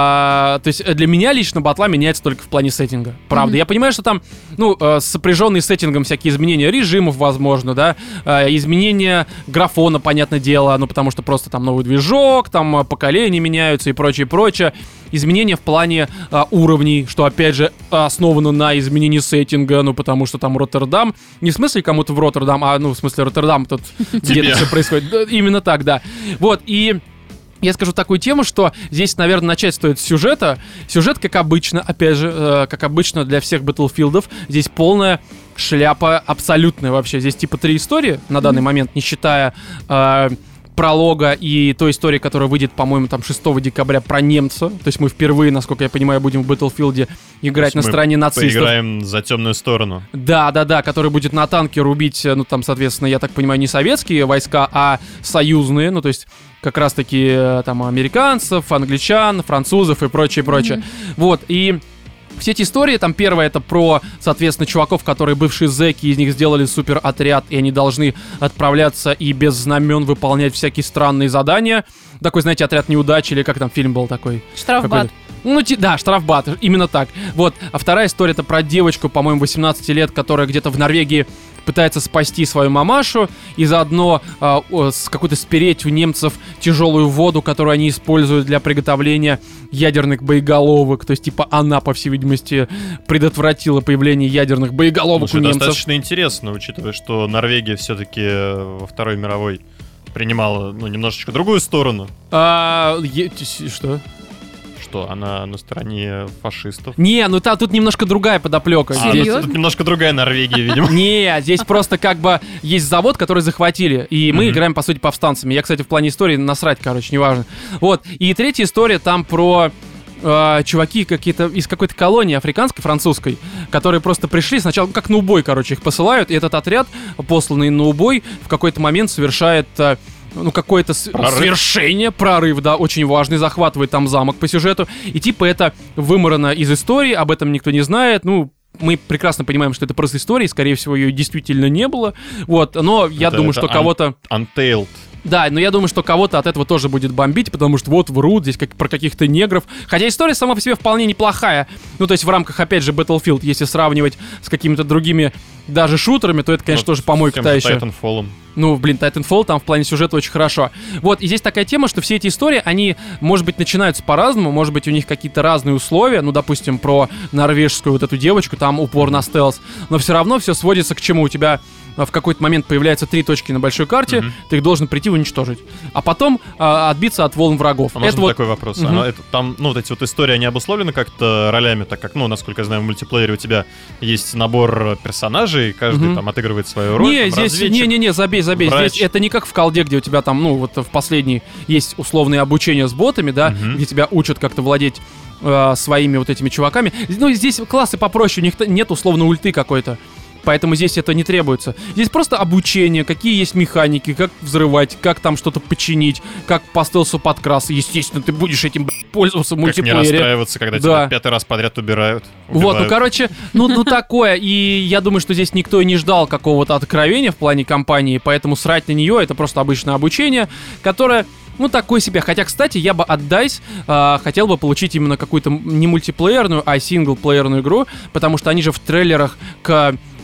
А, то есть для меня лично батла меняется только в плане сеттинга. Правда. Мгм. Я понимаю, что там, ну, э, сопряженные с сеттингом всякие изменения режимов, возможно, да, э, изменения графона, понятное дело, ну, потому что просто там новый движок, там э, поколения меняются и прочее, прочее. Изменения в плане э, уровней, что, опять же, основано на изменении сеттинга, ну, потому что там Роттердам, не в смысле кому-то в Роттердам, а, ну, в смысле Роттердам, тут где-то все происходит. Да, именно так, да. Вот, и... Я скажу такую тему, что здесь, наверное, начать стоит с сюжета. Сюжет, как обычно, опять же, э, как обычно для всех Battlefield'ов, здесь полная шляпа абсолютная вообще. Здесь типа три истории на данный момент, не считая э, пролога и той истории, которая выйдет, по-моему, там шестого декабря про немца. То есть мы впервые, насколько я понимаю, будем в Battlefield'е играть на Мы стороне нацистов. Поиграем за темную сторону. Да, да, да, который будет на танке рубить, ну там, соответственно, я так понимаю, не советские войска, а союзные, ну то есть как раз-таки э, там американцев, англичан, французов и прочее, прочее. Mm-hmm. Вот, и все эти истории, там первая это про, соответственно, чуваков, которые бывшие зэки, из них сделали супер отряд, и они должны отправляться и без знамен выполнять всякие странные задания. Такой, знаете, отряд неудачи, или как там фильм был такой? Штрафбат. Ну, ти- да, штрафбат, именно так. Вот, а вторая история это про девочку, по-моему, восемнадцати лет, которая где-то в Норвегии пытается спасти свою мамашу и заодно а, о, с какой-то спереть у немцев тяжелую воду, которую они используют для приготовления ядерных боеголовок. То есть, типа, она, по всей видимости, предотвратила появление ядерных боеголовок Слушай, у немцев. достаточно интересно, учитывая, что Норвегия все-таки во Второй мировой принимала, ну, немножечко другую сторону. А, е- т- что? Что, она на стороне фашистов. Не, ну та, тут немножко другая подоплека. А, Здесь- Серьезно? тут немножко другая Норвегия, видимо. Не, здесь просто как бы есть завод, который захватили, и мы Мгм. играем, по сути, повстанцами. Я, кстати, в плане истории насрать, короче, неважно. Вот, и третья история там про... э, чуваки какие-то из какой-то колонии африканской, французской, которые просто пришли сначала, как на убой, короче, их посылают, и этот отряд, посланный на убой, в какой-то момент совершает... э, ну, какое-то с- Прорыв. свершение, прорыв, да, очень важный, захватывает там замок по сюжету. И типа это выморано из истории, об этом никто не знает, ну, мы прекрасно понимаем, что это просто история, и, скорее всего, ее действительно не было. Вот, но я Это- думаю, это что ан- кого-то... Untailed. Да, но я думаю, что кого-то от этого тоже будет бомбить, потому что вот врут здесь как про каких-то негров. Хотя история сама по себе вполне неплохая. Ну, то есть в рамках, опять же, Battlefield, если сравнивать с какими-то другими даже шутерами, то это, конечно, Вот тоже помойка с тем та же еще. Titanfall. Ну, блин, Titanfall там в плане сюжета очень хорошо. Вот, и здесь такая тема, что все эти истории, они, может быть, начинаются по-разному, может быть, у них какие-то разные условия, ну, допустим, про норвежскую вот эту девочку, там упор на стелс, но все равно все сводится к чему? У тебя а, в какой-то момент появляются три точки на большой карте, Мгм. ты их должен прийти уничтожить, а потом а, отбиться от волн врагов. А можно Это вот... такой вопрос? Мгм. Оно- это, там, ну, вот эти вот истории, они обусловлены как-то ролями, так как, ну, насколько я знаю, в мультиплеере у тебя есть набор персонажей, каждый Мгм. там отыгрывает свою роль. Не, там, здесь, разведчик. не-не-не, забей, забей. врач. Здесь это не как в колде, где у тебя там, ну, вот в последней есть условное обучение с ботами, да, Мгм. где тебя учат как-то владеть э, своими вот этими чуваками. Ну, здесь классы попроще, у них нет условно ульты какой-то. Поэтому здесь это не требуется. Здесь просто обучение, какие есть механики, как взрывать, как там что-то починить, как по стелсу подкрас. Естественно, ты будешь этим блядь, пользоваться в Как не мультиплеере. расстраиваться, когда Да. тебя пятый раз подряд убирают. Вот, ну, убивают. короче, ну, ну такое. И я думаю, что здесь никто и не ждал какого-то откровения в плане компании, поэтому срать на нее — это просто обычное обучение, которое... Ну, такой себе. Хотя, кстати, я бы от дайс э, хотел бы получить именно какую-то не мультиплеерную, а синглплеерную игру, потому что они же в трейлерах к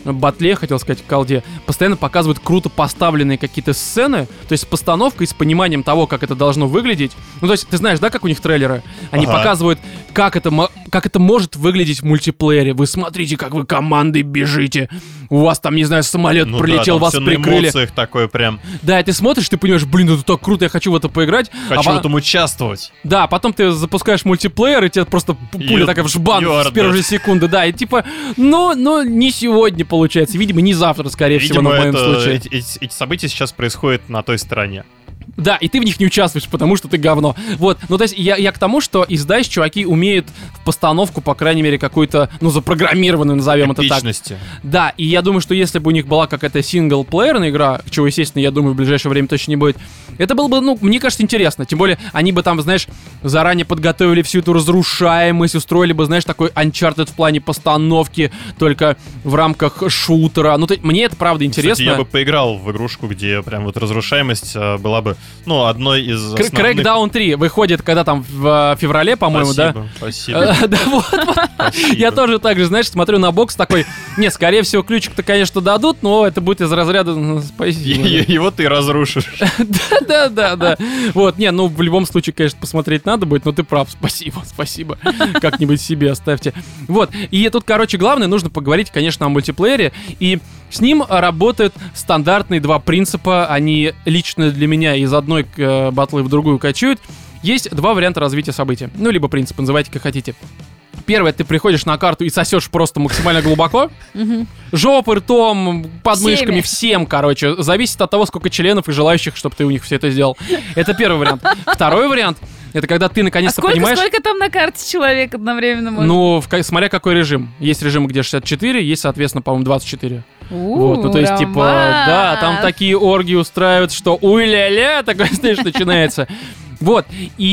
батле, хотел сказать, в колде, постоянно показывают круто поставленные какие-то сцены, то есть с постановкой, с пониманием того, как это должно выглядеть. Ну, то есть, ты знаешь, да, как у них трейлеры? Они Ага. показывают, как это, мо- как это может выглядеть в мультиплеере. Вы смотрите, как вы командой бежите. У вас там, не знаю, самолет Ну пролетел, да, там вас всё на прикрыли. эмоциях такое прям. Да, и ты смотришь, ты понимаешь, блин, это так круто, я хочу в это поиграть. Хочу а в по- этом участвовать. Да, потом ты запускаешь мультиплеер, и тебе просто п- пуля You- такая в жбан you are с первой dead. же секунды, да, и типа, ну, ну, не сегодня получается, видимо, не завтра, скорее всего, Видимо, ну, в моем это- случае. эти, эти- эти события сейчас происходят на той стороне. Да, и ты в них не участвуешь, потому что ты говно. Вот, ну, то есть я, я к тому, что из Dice чуваки умеют в постановку, по крайней мере, какую-то, ну, запрограммированную, назовем это так. Эпичности. Да, и я думаю, что если бы у них была какая-то синглплеерная игра, чего, естественно, я думаю, в ближайшее время точно не будет, это было бы, ну, мне кажется, интересно. Тем более, они бы там, знаешь, заранее подготовили всю эту разрушаемость, устроили бы, знаешь, такой Uncharted в плане постановки, только в рамках шутера. Ну, то, мне это правда интересно. Кстати, я бы поиграл в игрушку, где прям вот разрушаемость э, была бы, ну, одной из Кр- основных... Crackdown три выходит, когда там в э, феврале, по-моему, да? Спасибо, Э, Да, вот, вот. спасибо. Я тоже так же, знаешь, смотрю на бокс такой, не, скорее всего, ключик-то, конечно, дадут, но это будет из разряда, ну, спасибо. Е- Его ты разрушишь. Да, да, да. Вот, не, ну, в любом случае, конечно, посмотреть надо будет, но ты прав, спасибо, спасибо. Как-нибудь себе оставьте. Вот, и тут, короче, главное, нужно поговорить, конечно, о мультиплеере, и с ним работают стандартные два принципа, они лично для меня из одной э, батлы в другую качуют. Есть два варианта развития событий, ну, либо принцип, называйте как хотите. Первое, ты приходишь на карту и сосешь просто максимально глубоко. Мгм. Жопой, ртом, подмышками, Всеми. всем, короче. Зависит от того, сколько членов и желающих, чтобы ты у них все это сделал. Это первый вариант. Второй вариант, это когда ты А наконец-то сколько, понимаешь... сколько там на карте человек одновременно может? Ну, в ка- смотря какой режим. Есть режим, где шестьдесят четыре, есть, соответственно, по-моему, двадцать четыре. У, Вот, ну то есть, типа, роман. да, там такие оргии устраивают, что уй-ля-ля, такое, знаешь, начинается. Вот,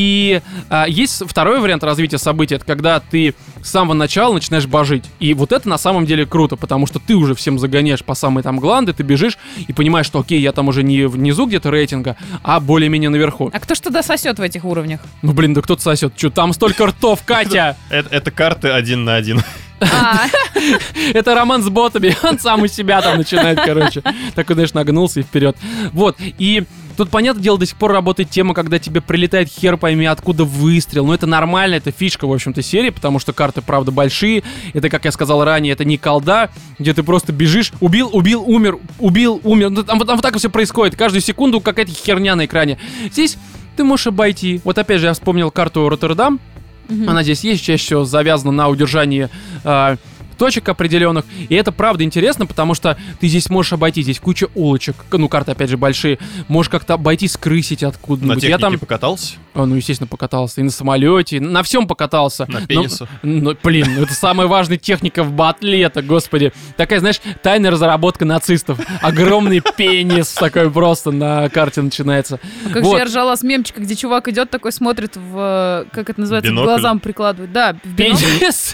и а, есть второй вариант развития событий, это когда ты с самого начала начинаешь божить. И вот это на самом деле круто, потому что ты уже всем загоняешь по самые там гланды, ты бежишь и понимаешь, что окей, я там уже не внизу где-то рейтинга, а более-менее наверху. А кто что дососет в этих уровнях? Ну блин, да кто-то сосет. Чё, там столько ртов, Катя! Это, это карты один на один. А, Это роман с ботами, он сам у себя там начинает, короче. Такой, знаешь, нагнулся и вперед. Вот, и тут, понятное дело, до сих пор работает тема, когда тебе прилетает хер пойми откуда выстрел. Но это нормально, это фишка, в общем-то, серии, потому что карты, правда, большие. Это, как я сказал ранее, это не колда, где ты просто бежишь, убил, убил, умер, убил, умер. Ну, Там, там вот так все происходит. Каждую секунду какая-то херня на экране. Здесь ты можешь обойти. Вот опять же, я вспомнил карту Роттердам. Она здесь есть, чаще всего завязана на удержании а, точек определенных. И это правда интересно, потому что ты здесь можешь обойти, здесь куча улочек. Ну, карты, опять же, большие. Можешь как-то обойти, скрысить На откуда-нибудь. Я технике там, покатался? а, ну, естественно, покатался. И на самолете, на всем покатался. На Но- пенисах? ну, блин, ну, это самая важная техника в батле, это, господи. Такая, знаешь, тайная разработка нацистов. Огромный пенис такой просто на карте начинается. а как Вот. же я ржала с мемчика, где чувак идет такой, смотрит в, как это называется, к Бинокль? глазам прикладывает. Да, в бинокль. Пенис?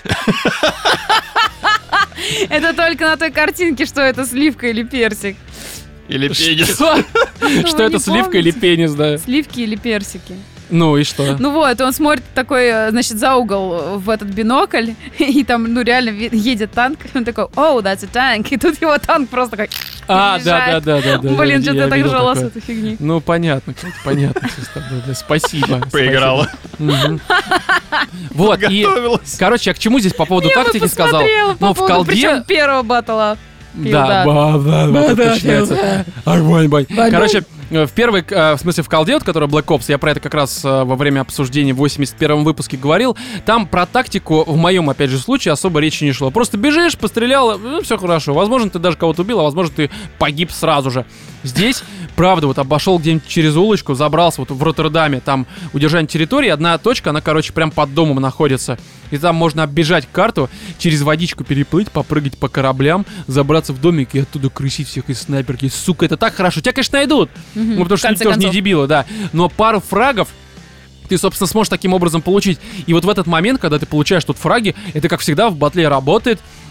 Это только на той картинке, что это сливка или персик. Или пенис? Что? Что вы это, не сливка или помните? пенис, да? Сливки или персики. Ну и что? Ну вот, он смотрит такой, э, значит, за угол в этот бинокль, и там, ну, реально ви- едет танк, и он такой, oh, that's a tank, и тут его танк просто такой, А, да, да, приезжает. да, да, да. блин, что-то я так видел жила с такое. этой фигни. Ну, понятно, Катя, понятно. всё с тобой, да. Спасибо. Поиграла. спасибо. Мгм. Вот, и, Готовилась. короче, я к чему здесь по поводу Я бы тактики сказал? посмотрела по Ну, в поводу, колде... причем первого батла. Да, Пилда. ба, да, Ба, вот да, это начинается. Огонь, бань. Короче, э, в первой, э, в смысле, в колде, вот, которая Black Ops, я про это как раз э, во время обсуждения в восемьдесят первом выпуске говорил, там про тактику, в моем, опять же, случае особо речи не шло. Просто бежишь, пострелял, ну, все хорошо. Возможно, ты даже кого-то убил, а возможно, ты погиб сразу же. Здесь, правда, вот обошел где-нибудь через улочку, забрался вот в Роттердаме, там удержание территории, одна точка, она, короче, прям под домом находится. И там можно оббежать карту, через водичку переплыть, попрыгать по кораблям, забраться в домик и оттуда крысить всех из снайперки. Сука, это так хорошо. Тебя, конечно, найдут. Мгм. Ну, потому В что люди конце тоже не концов. дебилы, да. Но пару фрагов ты, собственно, сможешь таким образом получить. И вот в этот момент, когда ты получаешь тут фраги, это, как всегда, в батле работает.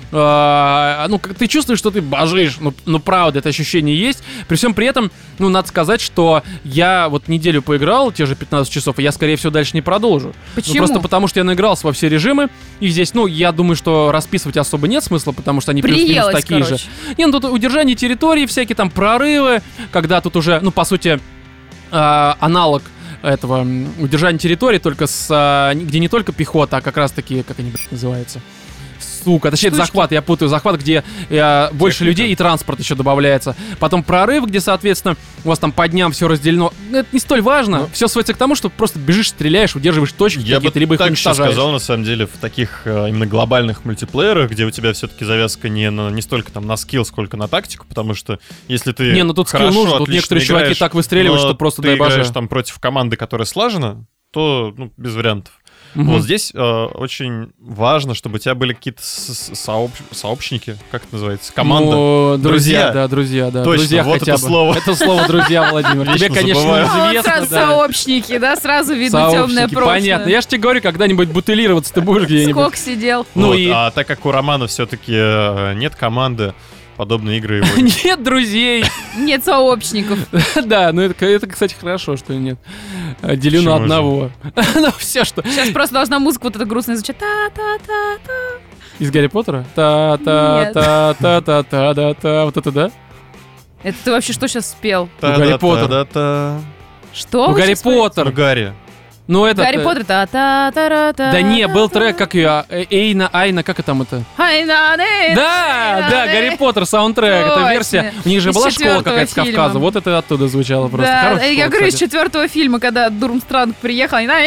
э, ну, как ты чувствуешь, что ты божишь, ну, ну, правда, это ощущение есть. При всем при этом, ну, надо сказать, что я вот неделю поиграл, те же пятнадцать часов, и я, скорее всего, дальше не продолжу. Почему? Ну, просто потому, что я наигрался во все режимы, и здесь, ну, я думаю, что расписывать особо нет смысла, потому что они плюс-минус Приелось, такие короче. же. Не, ну, тут удержание территории, всякие там прорывы, когда тут уже, ну, по сути, э, аналог этого м, удержания территории, только с, а, где не только пехота, а как раз таки, как они, блядь, называются? Сука, точнее, это Штучки. захват, я путаю, захват, где э, больше Техника. людей и транспорт еще добавляется. Потом прорыв, где, соответственно, у вас там по дням все разделено. Это не столь важно. Ну. Все сводится к тому, что просто бежишь, стреляешь, удерживаешь точки Я бы какие-то, либо их так еще уничтожаешь. сказал, на самом деле, в таких э, именно глобальных мультиплеерах, где у тебя все-таки завязка не, на, не столько там на скилл, сколько на тактику, потому что если ты Не, ну тут скилл хорошо, нужен, тут отлично некоторые чуваки играешь, так выстреливают, но что просто ты дай боже. играешь там против команды, которая слажена, то ну, без вариантов. Мгм. Вот здесь э, очень важно, чтобы у тебя были какие-то с- с- сооб- сообщники, как это называется, команда. Ну, друзья, Друзья. да, друзья, да. Точно, друзья вот хотя это бы. слово. Это слово друзья, Владимир. Тебе, Вечно конечно, забываю. А вот известно. сразу да. сообщники, да, сразу видно темное Сообщники, прошлое. понятно. Я же тебе говорю, когда-нибудь бутылироваться ты будешь где-нибудь. Сколько сидел. Ну Вот, и- А так как у Романа все-таки нет команды, подобные игры его Нет друзей. Нет сообщников. Да, ну это, это, кстати, хорошо, что нет. А, Делю на Почему же? одного. Ну все, что. Сейчас просто должна музыка вот эта грустная звучать. Та-та-та-та. Из Гарри Поттера? Нет. Та-та-та-та-та-та-та. Вот это да? Это ты вообще что сейчас спел? Гарри Поттер. Та-да-та-да-та. Что? Ну, вы Гарри щас поете? Ну, Поттер. Гарри. Ну это... Гарри Поттер. Та-та-та-та-та. Да не, был трек, как ее, Эйна, Айна, как это там это? Да, да, Гарри Поттер, саундтрек, это Точно. версия. У них же Из была школа четвертого какая-то с Кавказа, фильма. вот это оттуда звучало просто. Да, Хорошая я школа, говорю, из кстати. четвертого фильма, когда Дурмстранг приехал, они...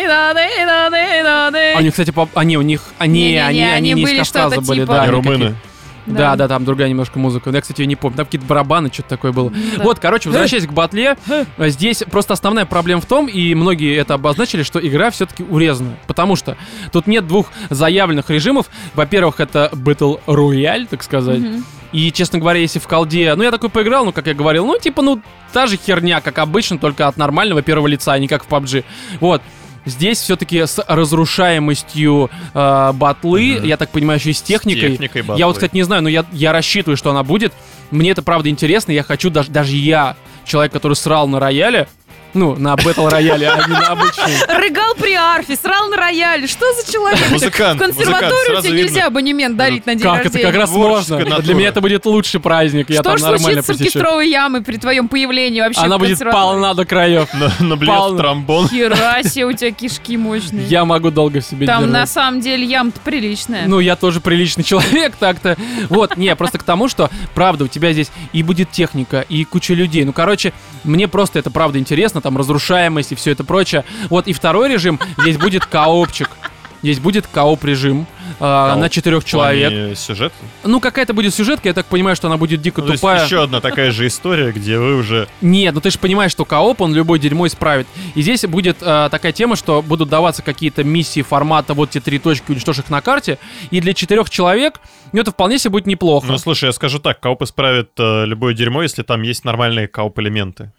А у них, кстати, поп- они у них, они, Не-не-не, они, они они не были из Кавказа что-то были, типа- да. И они румыны. какие- Да, да, там другая немножко музыка. Я, кстати, ее не помню. Там какие-то барабаны, что-то такое было. Да. Вот, короче, возвращаясь к батле, здесь просто основная проблема в том, и многие это обозначили, что игра все-таки урезана. Потому что тут нет двух заявленных режимов. Во-первых, это Battle Royale, так сказать. Мгм. И, честно говоря, если в колде... Ну, я такой поиграл, ну, как я говорил, ну, типа, ну, та же херня, как обычно, только от нормального первого лица, а не как в пабджи. Вот. Здесь все-таки с разрушаемостью э, батлы, Мгм. я так понимаю, еще и с техникой. техникой Я вот, батлы. кстати, не знаю, но я, я рассчитываю, что она будет. Мне это, правда, интересно. Я хочу, даже, даже я, человек, который срал на рояле, ну, на бэтл рояле, а не на обычный. Рыгал при арфе, срал на рояле. Что за человек? Музыкант, В музыкант, консерваторию сразу тебе видно. нельзя абонемент дарить на день Как это рождения. как раз Творческая можно? натура. Для меня это будет лучший праздник. Я Что там ж нормально случится в посещу. кистровой яме при твоем появлении вообще? Она в будет консерватории? полна до краев. На- Наблюет Полно. в тромбон. Хера себе, у тебя кишки мощные. Я могу долго в себе Там держать. на самом деле ям-то приличная. Ну, я тоже приличный человек, так-то. Вот, не, просто к тому, что, правда, у тебя здесь и будет техника, и куча людей. Ну, короче, мне просто это, правда, интересно, там, разрушаемость и все это прочее. Вот, и второй режим, здесь будет коопчик. Здесь будет кооп-режим э, Кооп на четырех В плане человек. сюжета. Ну, какая-то будет сюжетка, я так понимаю, что она будет дико Ну, то есть тупая. еще одна такая же история, где вы уже... Нет, ну ты же понимаешь, что кооп, он любое дерьмо исправит. И здесь будет э, такая тема, что будут даваться какие-то миссии формата вот те три точки, уничтожь их на карте. И для четырех человек, ну это вполне себе будет неплохо. Ну, слушай, я скажу так, кооп исправит э, любое дерьмо, если там есть нормальные кооп-элементы.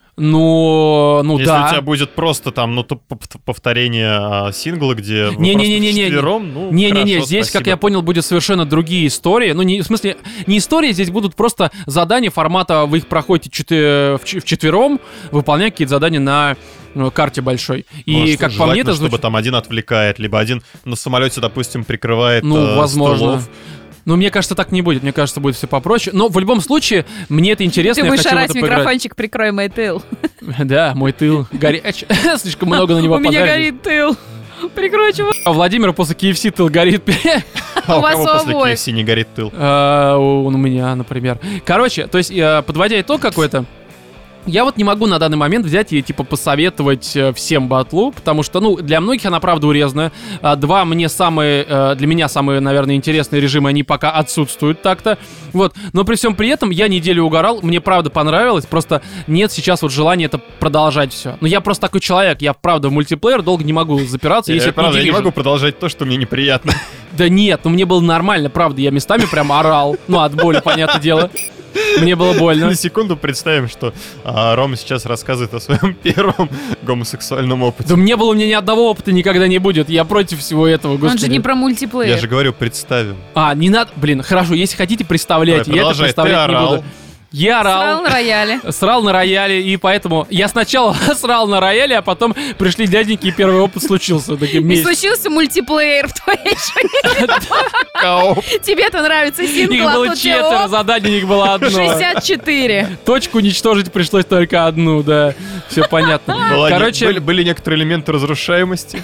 Ну, ну Если да. у тебя будет просто там, ну, туп- пов- повторение а, сингла, где вы Не-не-не-не-не. просто вчетвером, ну, Не-не-не, хорошо, здесь, как спасибо. я понял, будут совершенно другие истории. Ну, не, в смысле, не истории, здесь будут просто задания формата, вы их проходите четы- в ч- вчетвером, выполняя какие-то задания на э, карте большой. И, Может, как по мне, это желательно, чтобы звучит... там один отвлекает, либо один на самолете, допустим, прикрывает Ну, э, возможно. столов. Ну, мне кажется, так не будет. Мне кажется, будет все попроще. Но в любом случае, мне это интересно. Ты я будешь хочу в орать это в поиграть. микрофончик, прикрой мой тыл. Да, мой тыл горяч. Слишком много на него У меня позарились. горит тыл. Прикрой, чувак. А Владимир после кей эф си тыл горит. А у У вас кого у после обоих. кей эф си не горит тыл? А, У меня, например. Короче, то есть, э, подводя итог какой-то, я вот не могу на данный момент взять и, типа, посоветовать э, всем батлу, потому что, ну, для многих она, правда, урезанная. А, Два мне самые, э, для меня самые, наверное, интересные режимы, они пока отсутствуют так-то. Вот, но при всем при этом я неделю угорал, мне, правда, понравилось, просто нет сейчас вот желания это продолжать все. Но я просто такой человек, я, правда, в мультиплеер долго не могу запираться, Я, если это правда, я не Division. могу продолжать то, что мне неприятно. Да нет, ну мне было нормально, правда, я местами прям орал, ну, от боли, понятное дело. Мне было больно. На секунду представим, что а, Рома сейчас рассказывает о своем первом гомосексуальном опыте. Да не было у меня ни одного опыта, никогда не будет. Я против всего этого, господи. Он же не про мультиплеер. Я же говорю, представим. А, не надо... Блин, хорошо, если хотите, представляйте. Давай, Я это продолжай. представлять Ты не орал. буду. Я орал. Срал на рояле. Срал на рояле, и поэтому я сначала срал на рояле, а потом пришли дяденьки, и первый опыт случился. Таким И месяц. случился мультиплеер в твоей жизни. Кау. Тебе-то нравится сингл, Их а было тут тебе четверо, оп, задание их было одно. шестьдесят четыре. Точку уничтожить пришлось только одну, да. Все понятно. Была не- Короче, были, были некоторые элементы разрушаемости.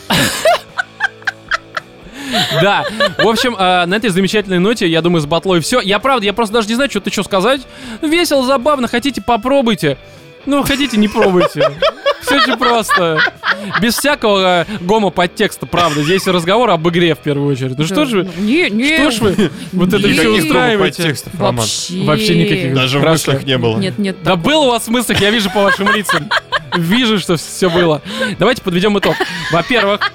да. В общем, э, на этой замечательной ноте, я думаю, с батлой все. Я правда, я просто даже не знаю, что-то еще сказать. Весело, забавно. Хотите, попробуйте. Ну, хотите, не пробуйте. Все очень просто. Без всякого э, гомо-подтекста, правда. Здесь разговор об игре в первую очередь. Ну что ж вы, Не, не. что ж вы вот это Никаких все Никаких устраиваете? подтекстов, Роман. Вообще. Вообще никаких. Даже в Хорошо. мыслях не было. Нет, нет. Да был у вас в мыслях, я вижу по вашим лицам. Вижу, что все было. Давайте подведем итог. Во-первых...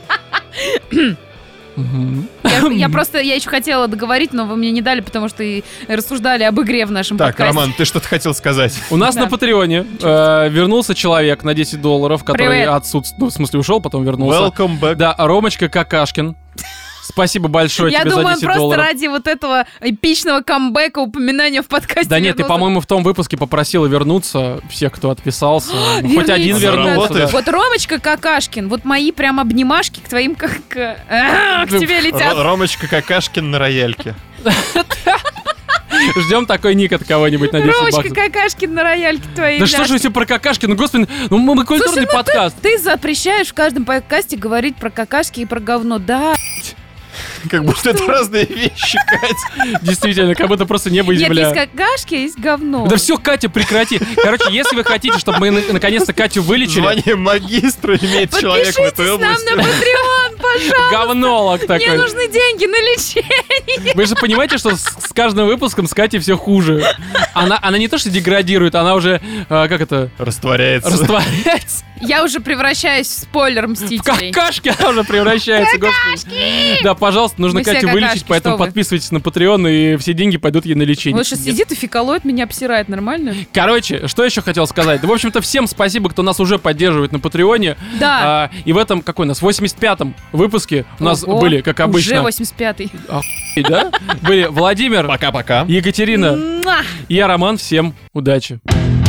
Мгм. Я, я просто, я еще хотела договорить, но вы мне не дали, потому что и рассуждали об игре в нашем Так, подкасте. Роман, ты что-то хотел сказать? У нас Да. на Патреоне э, вернулся человек на десять долларов, который Привет. отсутствует, ну, в смысле, ушел, потом вернулся. Welcome back. Да, Ромочка Какашкин. Спасибо большое Я тебе думаю, за он десять просто долларов. ради вот этого эпичного камбэка, упоминания в подкасте Да нет, ты, вернулся. по-моему, в том выпуске попросила вернуться всех, кто отписался. Ну, Хоть Верните один это. вернулся. Заработает. да. Вот Ромочка Какашкин, вот мои прям обнимашки к твоим, как к, а, к тебе летят. Ро- Ромочка Какашкин на рояльке. Ждем такой ник от кого-нибудь на десять Ромочка баксов. Какашкин на рояльке твоей. Да что ж вы все про какашки? Ну, господи, ну мы, мы культурный Слушай, ну подкаст. Ты запрещаешь в каждом подкасте говорить про какашки и про говно. Да. Как будто это разные вещи, Кать. Действительно, как будто просто небо и Нет, земля. есть какашки, а есть говно. Да все, Катя, прекрати. Короче, если вы хотите, чтобы мы на- наконец-то Катю вылечили, Звание магистра имеет человек в этой Подпишитесь нам области. на Patreon, пожалуйста. говнолог Мне такой. нужны деньги на лечение. Вы же понимаете, что с, с каждым выпуском с Катей все хуже. Она, она не то что деградирует, она уже, э, как это, Растворяется. растворяется. Я уже превращаюсь в спойлер В Мстителей. какашки она уже превращается, господи. Да, пожалуйста, нужно Мы все Катю вылечить, какашки, поэтому что вы. подписывайтесь на Patreon, и все деньги пойдут ей на лечение. Вот сейчас сидит и фекалоид меня обсирает, нормально? Короче, что еще хотел сказать? Да, в общем-то, всем спасибо, кто нас уже поддерживает на Патреоне. Да. А, и в этом, какой у нас, восемьдесят пятом выпуске у нас Ого, были, как обычно, Уже восемьдесят пятый. да? Были Владимир, Пока-пока. Екатерина Муа! и я, Роман. Всем удачи.